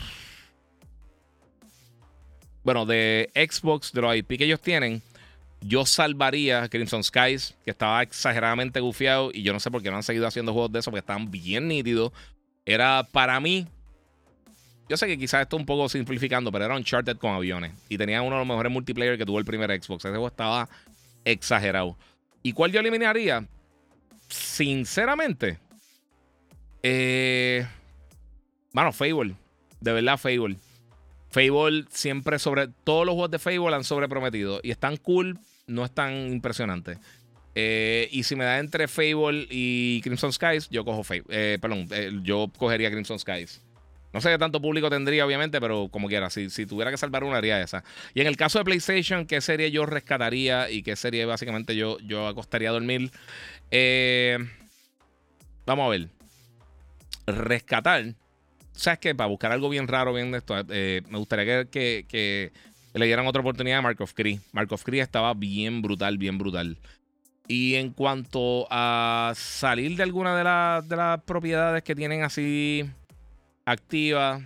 bueno, de Xbox, de los I P que ellos tienen, yo salvaría Crimson Skies, que estaba exageradamente gufiado y yo no sé por qué no han seguido haciendo juegos de eso, porque estaban bien nítidos. Era para mí, yo sé que quizás esto un poco simplificando, pero era Uncharted con aviones y tenía uno de los mejores multiplayer que tuvo el primer Xbox. Ese juego estaba exagerado. ¿Y cuál yo eliminaría? Sinceramente, eh, mano, Fable. De verdad, Fable. Fable siempre sobre... Todos los juegos de Fable han sobreprometido. Y están cool, no es tan impresionante. Eh, y si me da entre Fable y Crimson Skies, yo cojo Fable. Eh, perdón, eh, yo cogería Crimson Skies. No sé qué tanto público tendría, obviamente, pero como quiera, si, si tuviera que salvar una, haría esa. Y en el caso de PlayStation, ¿qué serie yo rescataría y qué serie básicamente yo, yo acostaría a dormir? Eh, vamos a ver. Rescatar. ¿Sabes qué? Para buscar algo bien raro, bien de esto, eh, me gustaría que, que, que le dieran otra oportunidad a Mark of Cree. Mark of Cree estaba bien brutal, bien brutal. Y en cuanto a salir de alguna de, la, de las propiedades que tienen así activas,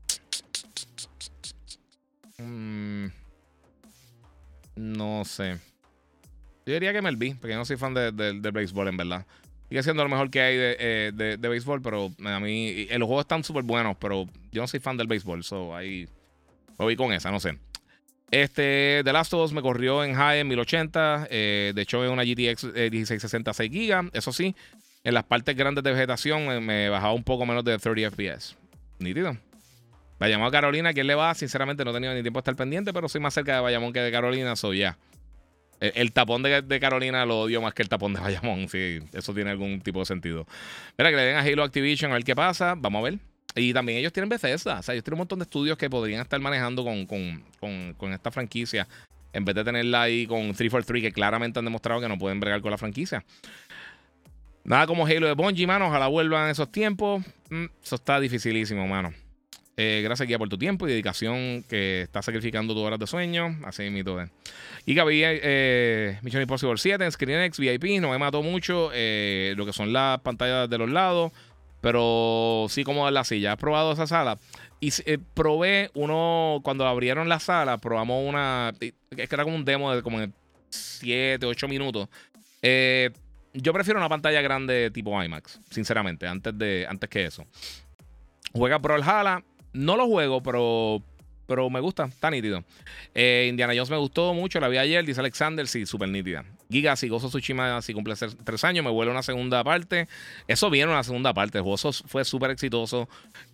mmm, no sé. Yo diría que M L B, porque yo no soy fan de, de, del béisbol, en verdad. Sigue siendo lo mejor que hay de, eh, de, de béisbol, pero a mí eh, los juegos están súper buenos, pero yo no soy fan del béisbol, so ahí me voy con esa, no sé. Este, The Last of Us me corrió en high en mil ochenta, eh, de hecho es una G T X eh, dieciséis sesenta seis gigas, eso sí, en las partes grandes de vegetación eh, me bajaba un poco menos de treinta F P S. Nítido. Bayamón a Carolina, ¿quién le va? Sinceramente no he tenido ni tiempo de estar pendiente, pero soy más cerca de Bayamón que de Carolina, so ya. Yeah. El, el tapón de, de Carolina lo odio más que el tapón de Bayamón. Sí, eso tiene algún tipo de sentido. Mira, que le den a Halo Activision a ver qué pasa. Vamos a ver. Y también ellos tienen Bethesda. O sea, ellos tienen un montón de estudios que podrían estar manejando con, con, con, con esta franquicia. En vez de tenerla ahí con trescientos cuarenta y tres, que claramente han demostrado que no pueden bregar con la franquicia. Nada como Halo de Bungie, mano. Ojalá vuelvan esos tiempos. Mm, eso está dificilísimo, mano. Eh, gracias, Guía, por tu tiempo y dedicación que estás sacrificando tus horas de sueño. Así mismo es. Y Gaby, eh, Mission Impossible siete en ScreenX, V I P, no me mató mucho eh, lo que son las pantallas de los lados, pero sí como en la silla. ¿Has probado esa sala? Y eh, probé uno, cuando abrieron la sala, probamos una, es que era como un demo de como siete, ocho minutos. Eh, yo prefiero una pantalla grande tipo IMAX, sinceramente, antes, de, antes que eso. Juega Brawlhalla. No lo juego, pero, pero me gusta, está nítido. Eh, Indiana Jones me gustó mucho, la vi ayer, dice Alexander, sí, súper nítida. Giga, si Gozo Tsushima, si cumple tres años, me vuelve una segunda parte. Eso viene una segunda parte, el juego fue súper exitoso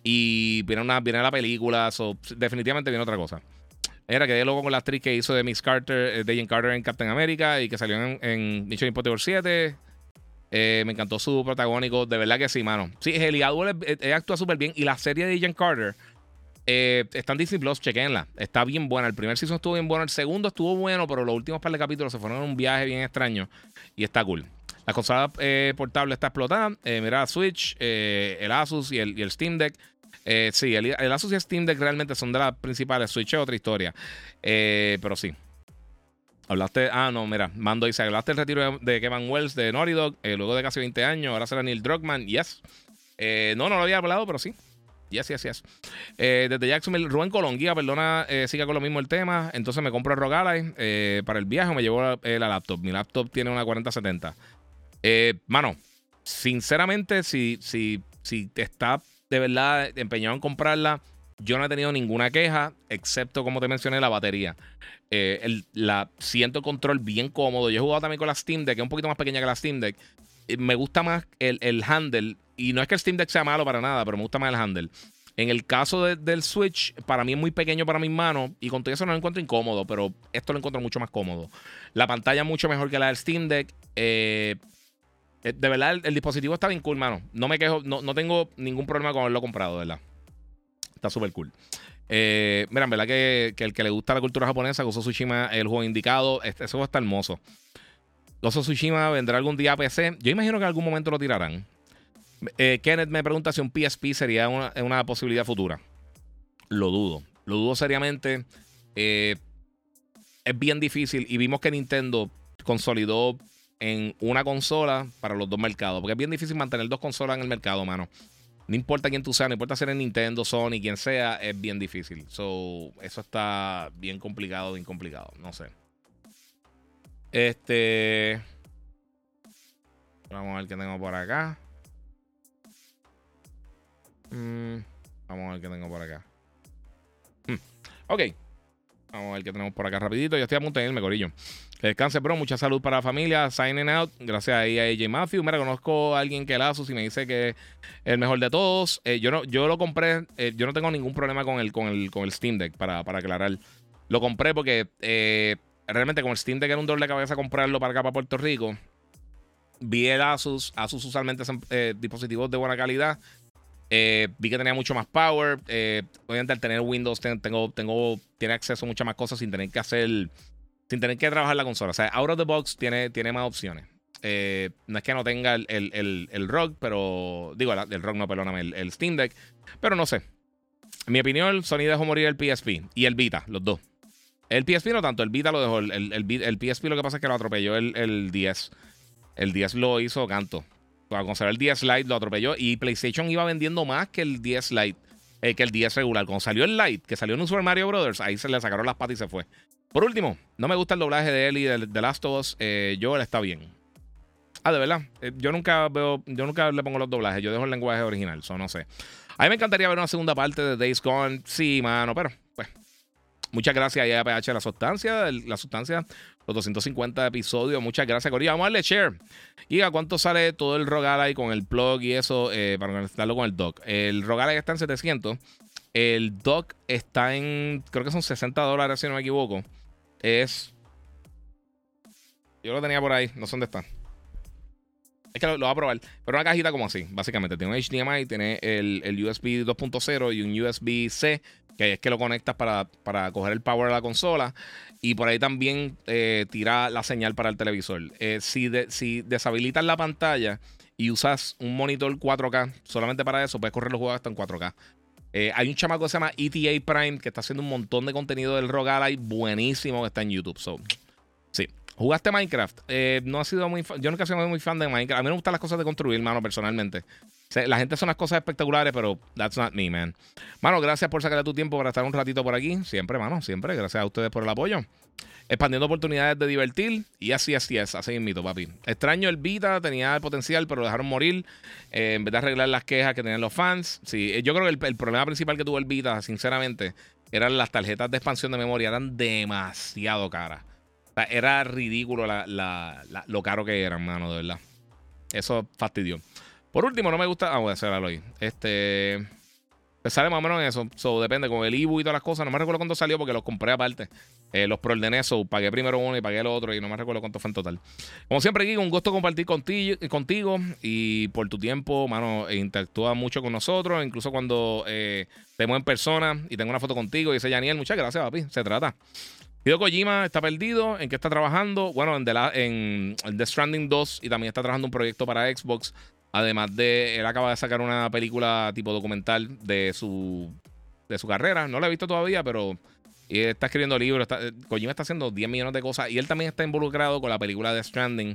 y viene, una, viene la película, so, definitivamente viene otra cosa. Era que de loco con la actriz que hizo de Miss Carter, de Jane Carter en Captain America y que salió en, en Mission Impossible siete. Eh, me encantó su protagónico, de verdad que sí, mano. Sí, Haley Atwell eh, eh, actúa súper bien. Y la serie de Agent Carter eh, está en Disney Plus, chequenla. Está bien buena. El primer season estuvo bien bueno, el segundo estuvo bueno, pero los últimos par de capítulos se fueron en un viaje bien extraño. Y está cool. La consola eh, portable está explotada. Eh, mira, Switch, eh, el Asus y el, y el Steam Deck. Eh, sí, el, el Asus y el Steam Deck realmente son de las principales. Switch es otra historia. Eh, pero sí. Hablaste, ah, no, mira, Mando dice, hablaste del retiro de, de Kevin Wells de Naughty Dog, eh, luego de casi veinte años, ahora será Neil Druckmann, yes. Eh, no, no lo había hablado, pero sí. Yes, yes, yes. Eh, desde Jacksonville, Rubén Colonguía, perdona, eh, siga con lo mismo el tema. Entonces me compro el Rogue Ally eh, para el viaje, me llevo la, eh, la laptop. Mi laptop tiene una cuarenta setenta. Eh, mano, sinceramente, si, si, si te está de verdad empeñado en comprarla, yo no he tenido ninguna queja, excepto, como te mencioné, la batería. Eh, el, la, siento el control bien cómodo. Yo he jugado también con la Steam Deck, que es un poquito más pequeña que la Steam Deck. Eh, me gusta más el, el handle. Y no es que el Steam Deck sea malo para nada, pero me gusta más el handle. En el caso de, del Switch, para mí es muy pequeño para mis manos. Y con todo eso no lo encuentro incómodo, pero esto lo encuentro mucho más cómodo. La pantalla mucho mejor que la del Steam Deck. Eh, de verdad, el, el dispositivo está bien cool, mano. No me quejo, no, no tengo ningún problema con haberlo comprado, de verdad. Está súper cool. Eh, mira, en verdad que, que el que le gusta la cultura japonesa, Ghost of Tsushima es el juego indicado. Este, ese juego está hermoso. Ghost of Tsushima vendrá algún día a P C. Yo imagino que en algún momento lo tirarán. Eh, Kenneth me pregunta si un P S P sería una, una posibilidad futura. Lo dudo. Lo dudo seriamente. Eh, es bien difícil. Y vimos que Nintendo consolidó en una consola para los dos mercados. Porque es bien difícil mantener dos consolas en el mercado, mano. No importa quién tú seas, no importa ser en Nintendo, Sony, quien sea, es bien difícil. So, eso está bien complicado, bien complicado. No sé. Este. Vamos a ver qué tengo por acá. Mm, vamos a ver qué tengo por acá. Hmm. Ok. Vamos a ver qué tenemos por acá rapidito. Ya estoy a punto de irme, corillo. Que descanse, bro. Mucha salud para la familia. Signing out. Gracias ahí a A J Matthew. Mira, conozco a alguien que el Asus y me dice que es el mejor de todos. Eh, yo no, yo lo compré. Eh, yo no tengo ningún problema con el, con el, con el Steam Deck, para, para aclarar. Lo compré porque eh, realmente con el Steam Deck era un dolor de cabeza comprarlo para acá, para Puerto Rico. Vi el Asus. Asus usualmente son eh, dispositivos de buena calidad. Eh, vi que tenía mucho más power. Eh, obviamente al tener Windows tengo, tengo, tiene acceso a muchas más cosas sin tener que hacer, sin tener que trabajar la consola. O sea, out of the box tiene, tiene más opciones. Eh, no es que no tenga el, el, el, el R O G, pero digo, el, el R O G no, perdóname, el, el Steam Deck. Pero no sé. En mi opinión, Sony dejó morir el P S P y el Vita, los dos. El P S P no tanto, el Vita lo dejó. El, el, el, el P S P lo que pasa es que lo atropelló el, el diez. El diez lo hizo canto. Para conservar el diez Lite lo atropelló y PlayStation iba vendiendo más que el diez Lite, eh, que el diez regular. Cuando salió el Lite, que salió en un Super Mario Brothers, ahí se le sacaron las patas y se fue. Por último, no me gusta el doblaje de Ellie de The Last of Us. Eh, yo él está bien. Ah, de verdad. Eh, yo nunca veo, yo nunca le pongo los doblajes. Yo dejo el lenguaje original. Eso no sé. A mí me encantaría ver una segunda parte de Days Gone. Sí, mano, pero pues. Muchas gracias a P H La Sustancia. La Sustancia, los doscientos cincuenta episodios. Muchas gracias, Corillo. Vamos a darle share. Y a cuánto sale todo el Rogalai con el plug y eso eh, para conectarlo con el dock. El Rogalai está en setecientos. El dock está en, creo que son sesenta dólares, si no me equivoco. Es. Yo lo tenía por ahí. No sé dónde está. Es que lo, lo voy a probar. Pero una cajita como así, básicamente. Tiene un H D M I, tiene el, el U S B dos punto cero y un U S B-C, que es que lo conectas para, para coger el power de la consola. Y por ahí también eh, tira la señal para el televisor. Eh, si, de, si deshabilitas la pantalla y usas un monitor cuatro K solamente para eso, puedes correr los juegos hasta en cuatro K. Eh, hay un chamaco que se llama E T A Prime que está haciendo un montón de contenido del Rogalai buenísimo que está en YouTube. So, sí. ¿Jugaste Minecraft? Eh, no ha sido muy fan. Yo nunca he sido muy fan de Minecraft. A mí me gustan las cosas de construir, mano, personalmente. O sea, la gente son las cosas espectaculares, pero that's not me, man. Mano, gracias por sacarle tu tiempo para estar un ratito por aquí. Siempre, mano, siempre. Gracias a ustedes por el apoyo. Expandiendo oportunidades de divertir. Y así, así es. Así mismito, papi. Extraño el Vita. Tenía el potencial, pero lo dejaron morir. Eh, en vez de arreglar las quejas que tenían los fans. Sí, yo creo que el, el problema principal que tuvo el Vita, sinceramente, eran las tarjetas de expansión de memoria. Eran demasiado caras. O sea, era ridículo la, la, la, lo caro que eran, mano, de verdad. Eso fastidió. Por último, no me gusta. Ah, voy a hacerlo ahí. Este. Pues sale más o menos en eso. So, depende, con el Ibu y todas las cosas. No me recuerdo cuánto salió porque los compré aparte. Eh, los preordené, so pagué primero uno y pagué el otro. Y no me recuerdo cuánto fue en total. Como siempre, aquí, un gusto compartir contigo, contigo y por tu tiempo, mano. E interactúa mucho con nosotros. Incluso cuando eh, te vemos en persona y tengo una foto contigo. Y dice Yaniel, muchas gracias, papi. Se trata. Hideo Kojima está perdido. ¿En qué está trabajando? Bueno, en The, La en The Stranding dos. Y también está trabajando un proyecto para Xbox. Además de, él acaba de sacar una película tipo documental de su, de su carrera. No la he visto todavía, pero está escribiendo libros. Está, Kojima está haciendo diez millones de cosas. Y él también está involucrado con la película de Stranding.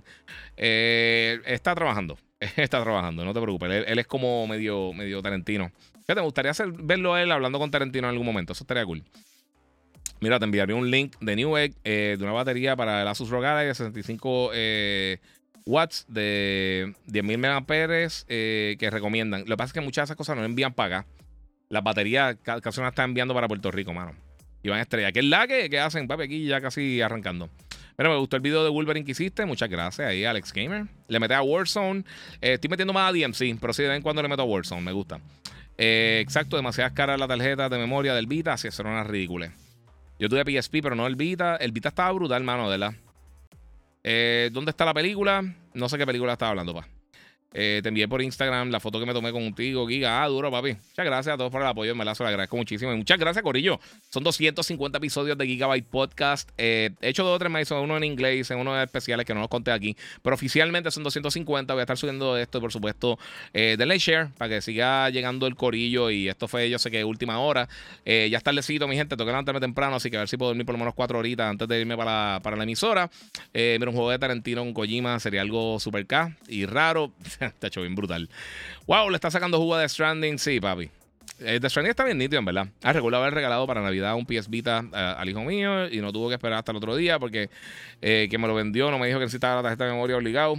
Eh, está trabajando. Está trabajando, no te preocupes. Él, él es como medio, medio Tarantino. Fíjate, me gustaría hacer, verlo a él hablando con Tarantino en algún momento. Eso estaría cool. Mira, te enviaré un link de Newegg eh, de una batería para el Asus ROG Ally de sesenta y cinco eh, watts de diez mil megaamperios eh, que recomiendan. Lo que pasa es que muchas de esas cosas no envían para acá. Las baterías casi no están enviando para Puerto Rico, mano. Y van a estrellar. ¿Qué es la que, que hacen, papi? Aquí ya casi arrancando. Pero me gustó el video de Wolverine que hiciste. Muchas gracias ahí, Alex Gamer. Le metí a Warzone. Eh, estoy metiendo más a D M C, pero sí, de vez en cuando le meto a Warzone. Me gusta. Eh, exacto, demasiadas caras las tarjetas de memoria del Vita. Así, eso era una ridícula. Yo tuve P S P, pero no el Vita. El Vita estaba brutal, mano, ¿verdad? Eh, ¿Dónde está la película? No sé qué película estaba hablando, pa. Eh, te envié por Instagram la foto que me tomé contigo, Giga. Ah, duro, papi. Muchas gracias a todos por el apoyo. Me la se lo agradezco muchísimo. Y muchas gracias, Corillo. Son doscientos cincuenta episodios de Gigabyte Podcast. Eh, he hecho dos o tres más, uno en inglés, en unos especiales que no los conté aquí. Pero oficialmente son doscientos cincuenta. Voy a estar subiendo esto y, por supuesto, eh, denle share para que siga llegando el Corillo. Y esto fue, yo sé que última hora. Eh, ya es tardecito, mi gente. Tengo que levantarme temprano, así que a ver si puedo dormir por lo menos cuatro horitas antes de irme para, para la emisora. Eh, mira, un juego de Tarantino con Kojima sería algo super K y raro. Está hecho bien brutal. Wow, le está sacando jugo a Death Stranding. Sí, papi. Eh, Death Stranding está bien nítido, en verdad. Ah, recuerdo haber regalado para Navidad un P S Vita uh, al hijo mío y no tuvo que esperar hasta el otro día porque eh, quien me lo vendió no me dijo que necesitaba la tarjeta de memoria obligado.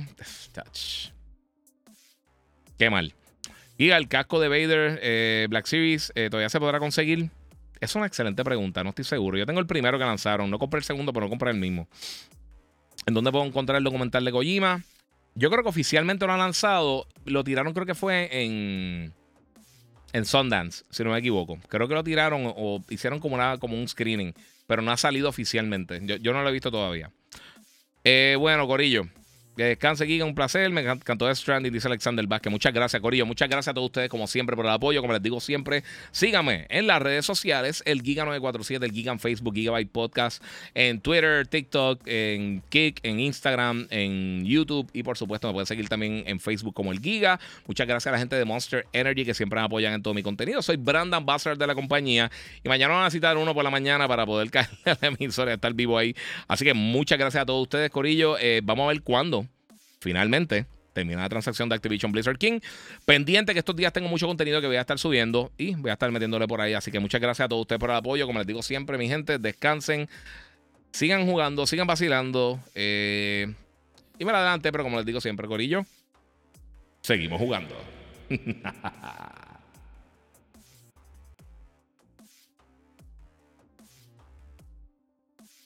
Qué mal. Y el casco de Vader eh, Black Series eh, todavía se podrá conseguir. Es una excelente pregunta, no estoy seguro. Yo tengo el primero que lanzaron. No compré el segundo, pero no compré el mismo. ¿En dónde puedo encontrar el documental de Kojima? Yo creo que oficialmente lo han lanzado. Lo tiraron, creo que fue en, en Sundance, si no me equivoco. Creo que lo tiraron o, o hicieron como, una, como un screening, pero no ha salido oficialmente. Yo, yo no lo he visto todavía. Eh, bueno, Corillo. Que descanse, Giga, un placer. Me encantó Death Stranding, dice Alexander Vázquez. Muchas gracias, Corillo. Muchas gracias a todos ustedes, como siempre, por el apoyo. Como les digo siempre, síganme en las redes sociales, el Giga nueve cuatro siete, el Giga en Facebook, Gigabyte Podcast, en Twitter, TikTok, en Kick, en Instagram, en YouTube y, por supuesto, me pueden seguir también en Facebook como el Giga. Muchas gracias a la gente de Monster Energy que siempre me apoyan en todo mi contenido. Soy Brand Ambassador de la compañía y mañana van a citar uno por la mañana para poder caer a la emisora y estar vivo ahí. Así que muchas gracias a todos ustedes, Corillo. Eh, vamos a ver cuándo finalmente termina la transacción de Activision Blizzard King. Pendiente que estos días tengo mucho contenido que voy a estar subiendo y voy a estar metiéndole por ahí. Así que muchas gracias a todos ustedes por el apoyo. Como les digo siempre, mi gente, descansen, sigan jugando, sigan vacilando. Eh, y me la adelante, pero como les digo siempre, Corillo, seguimos jugando.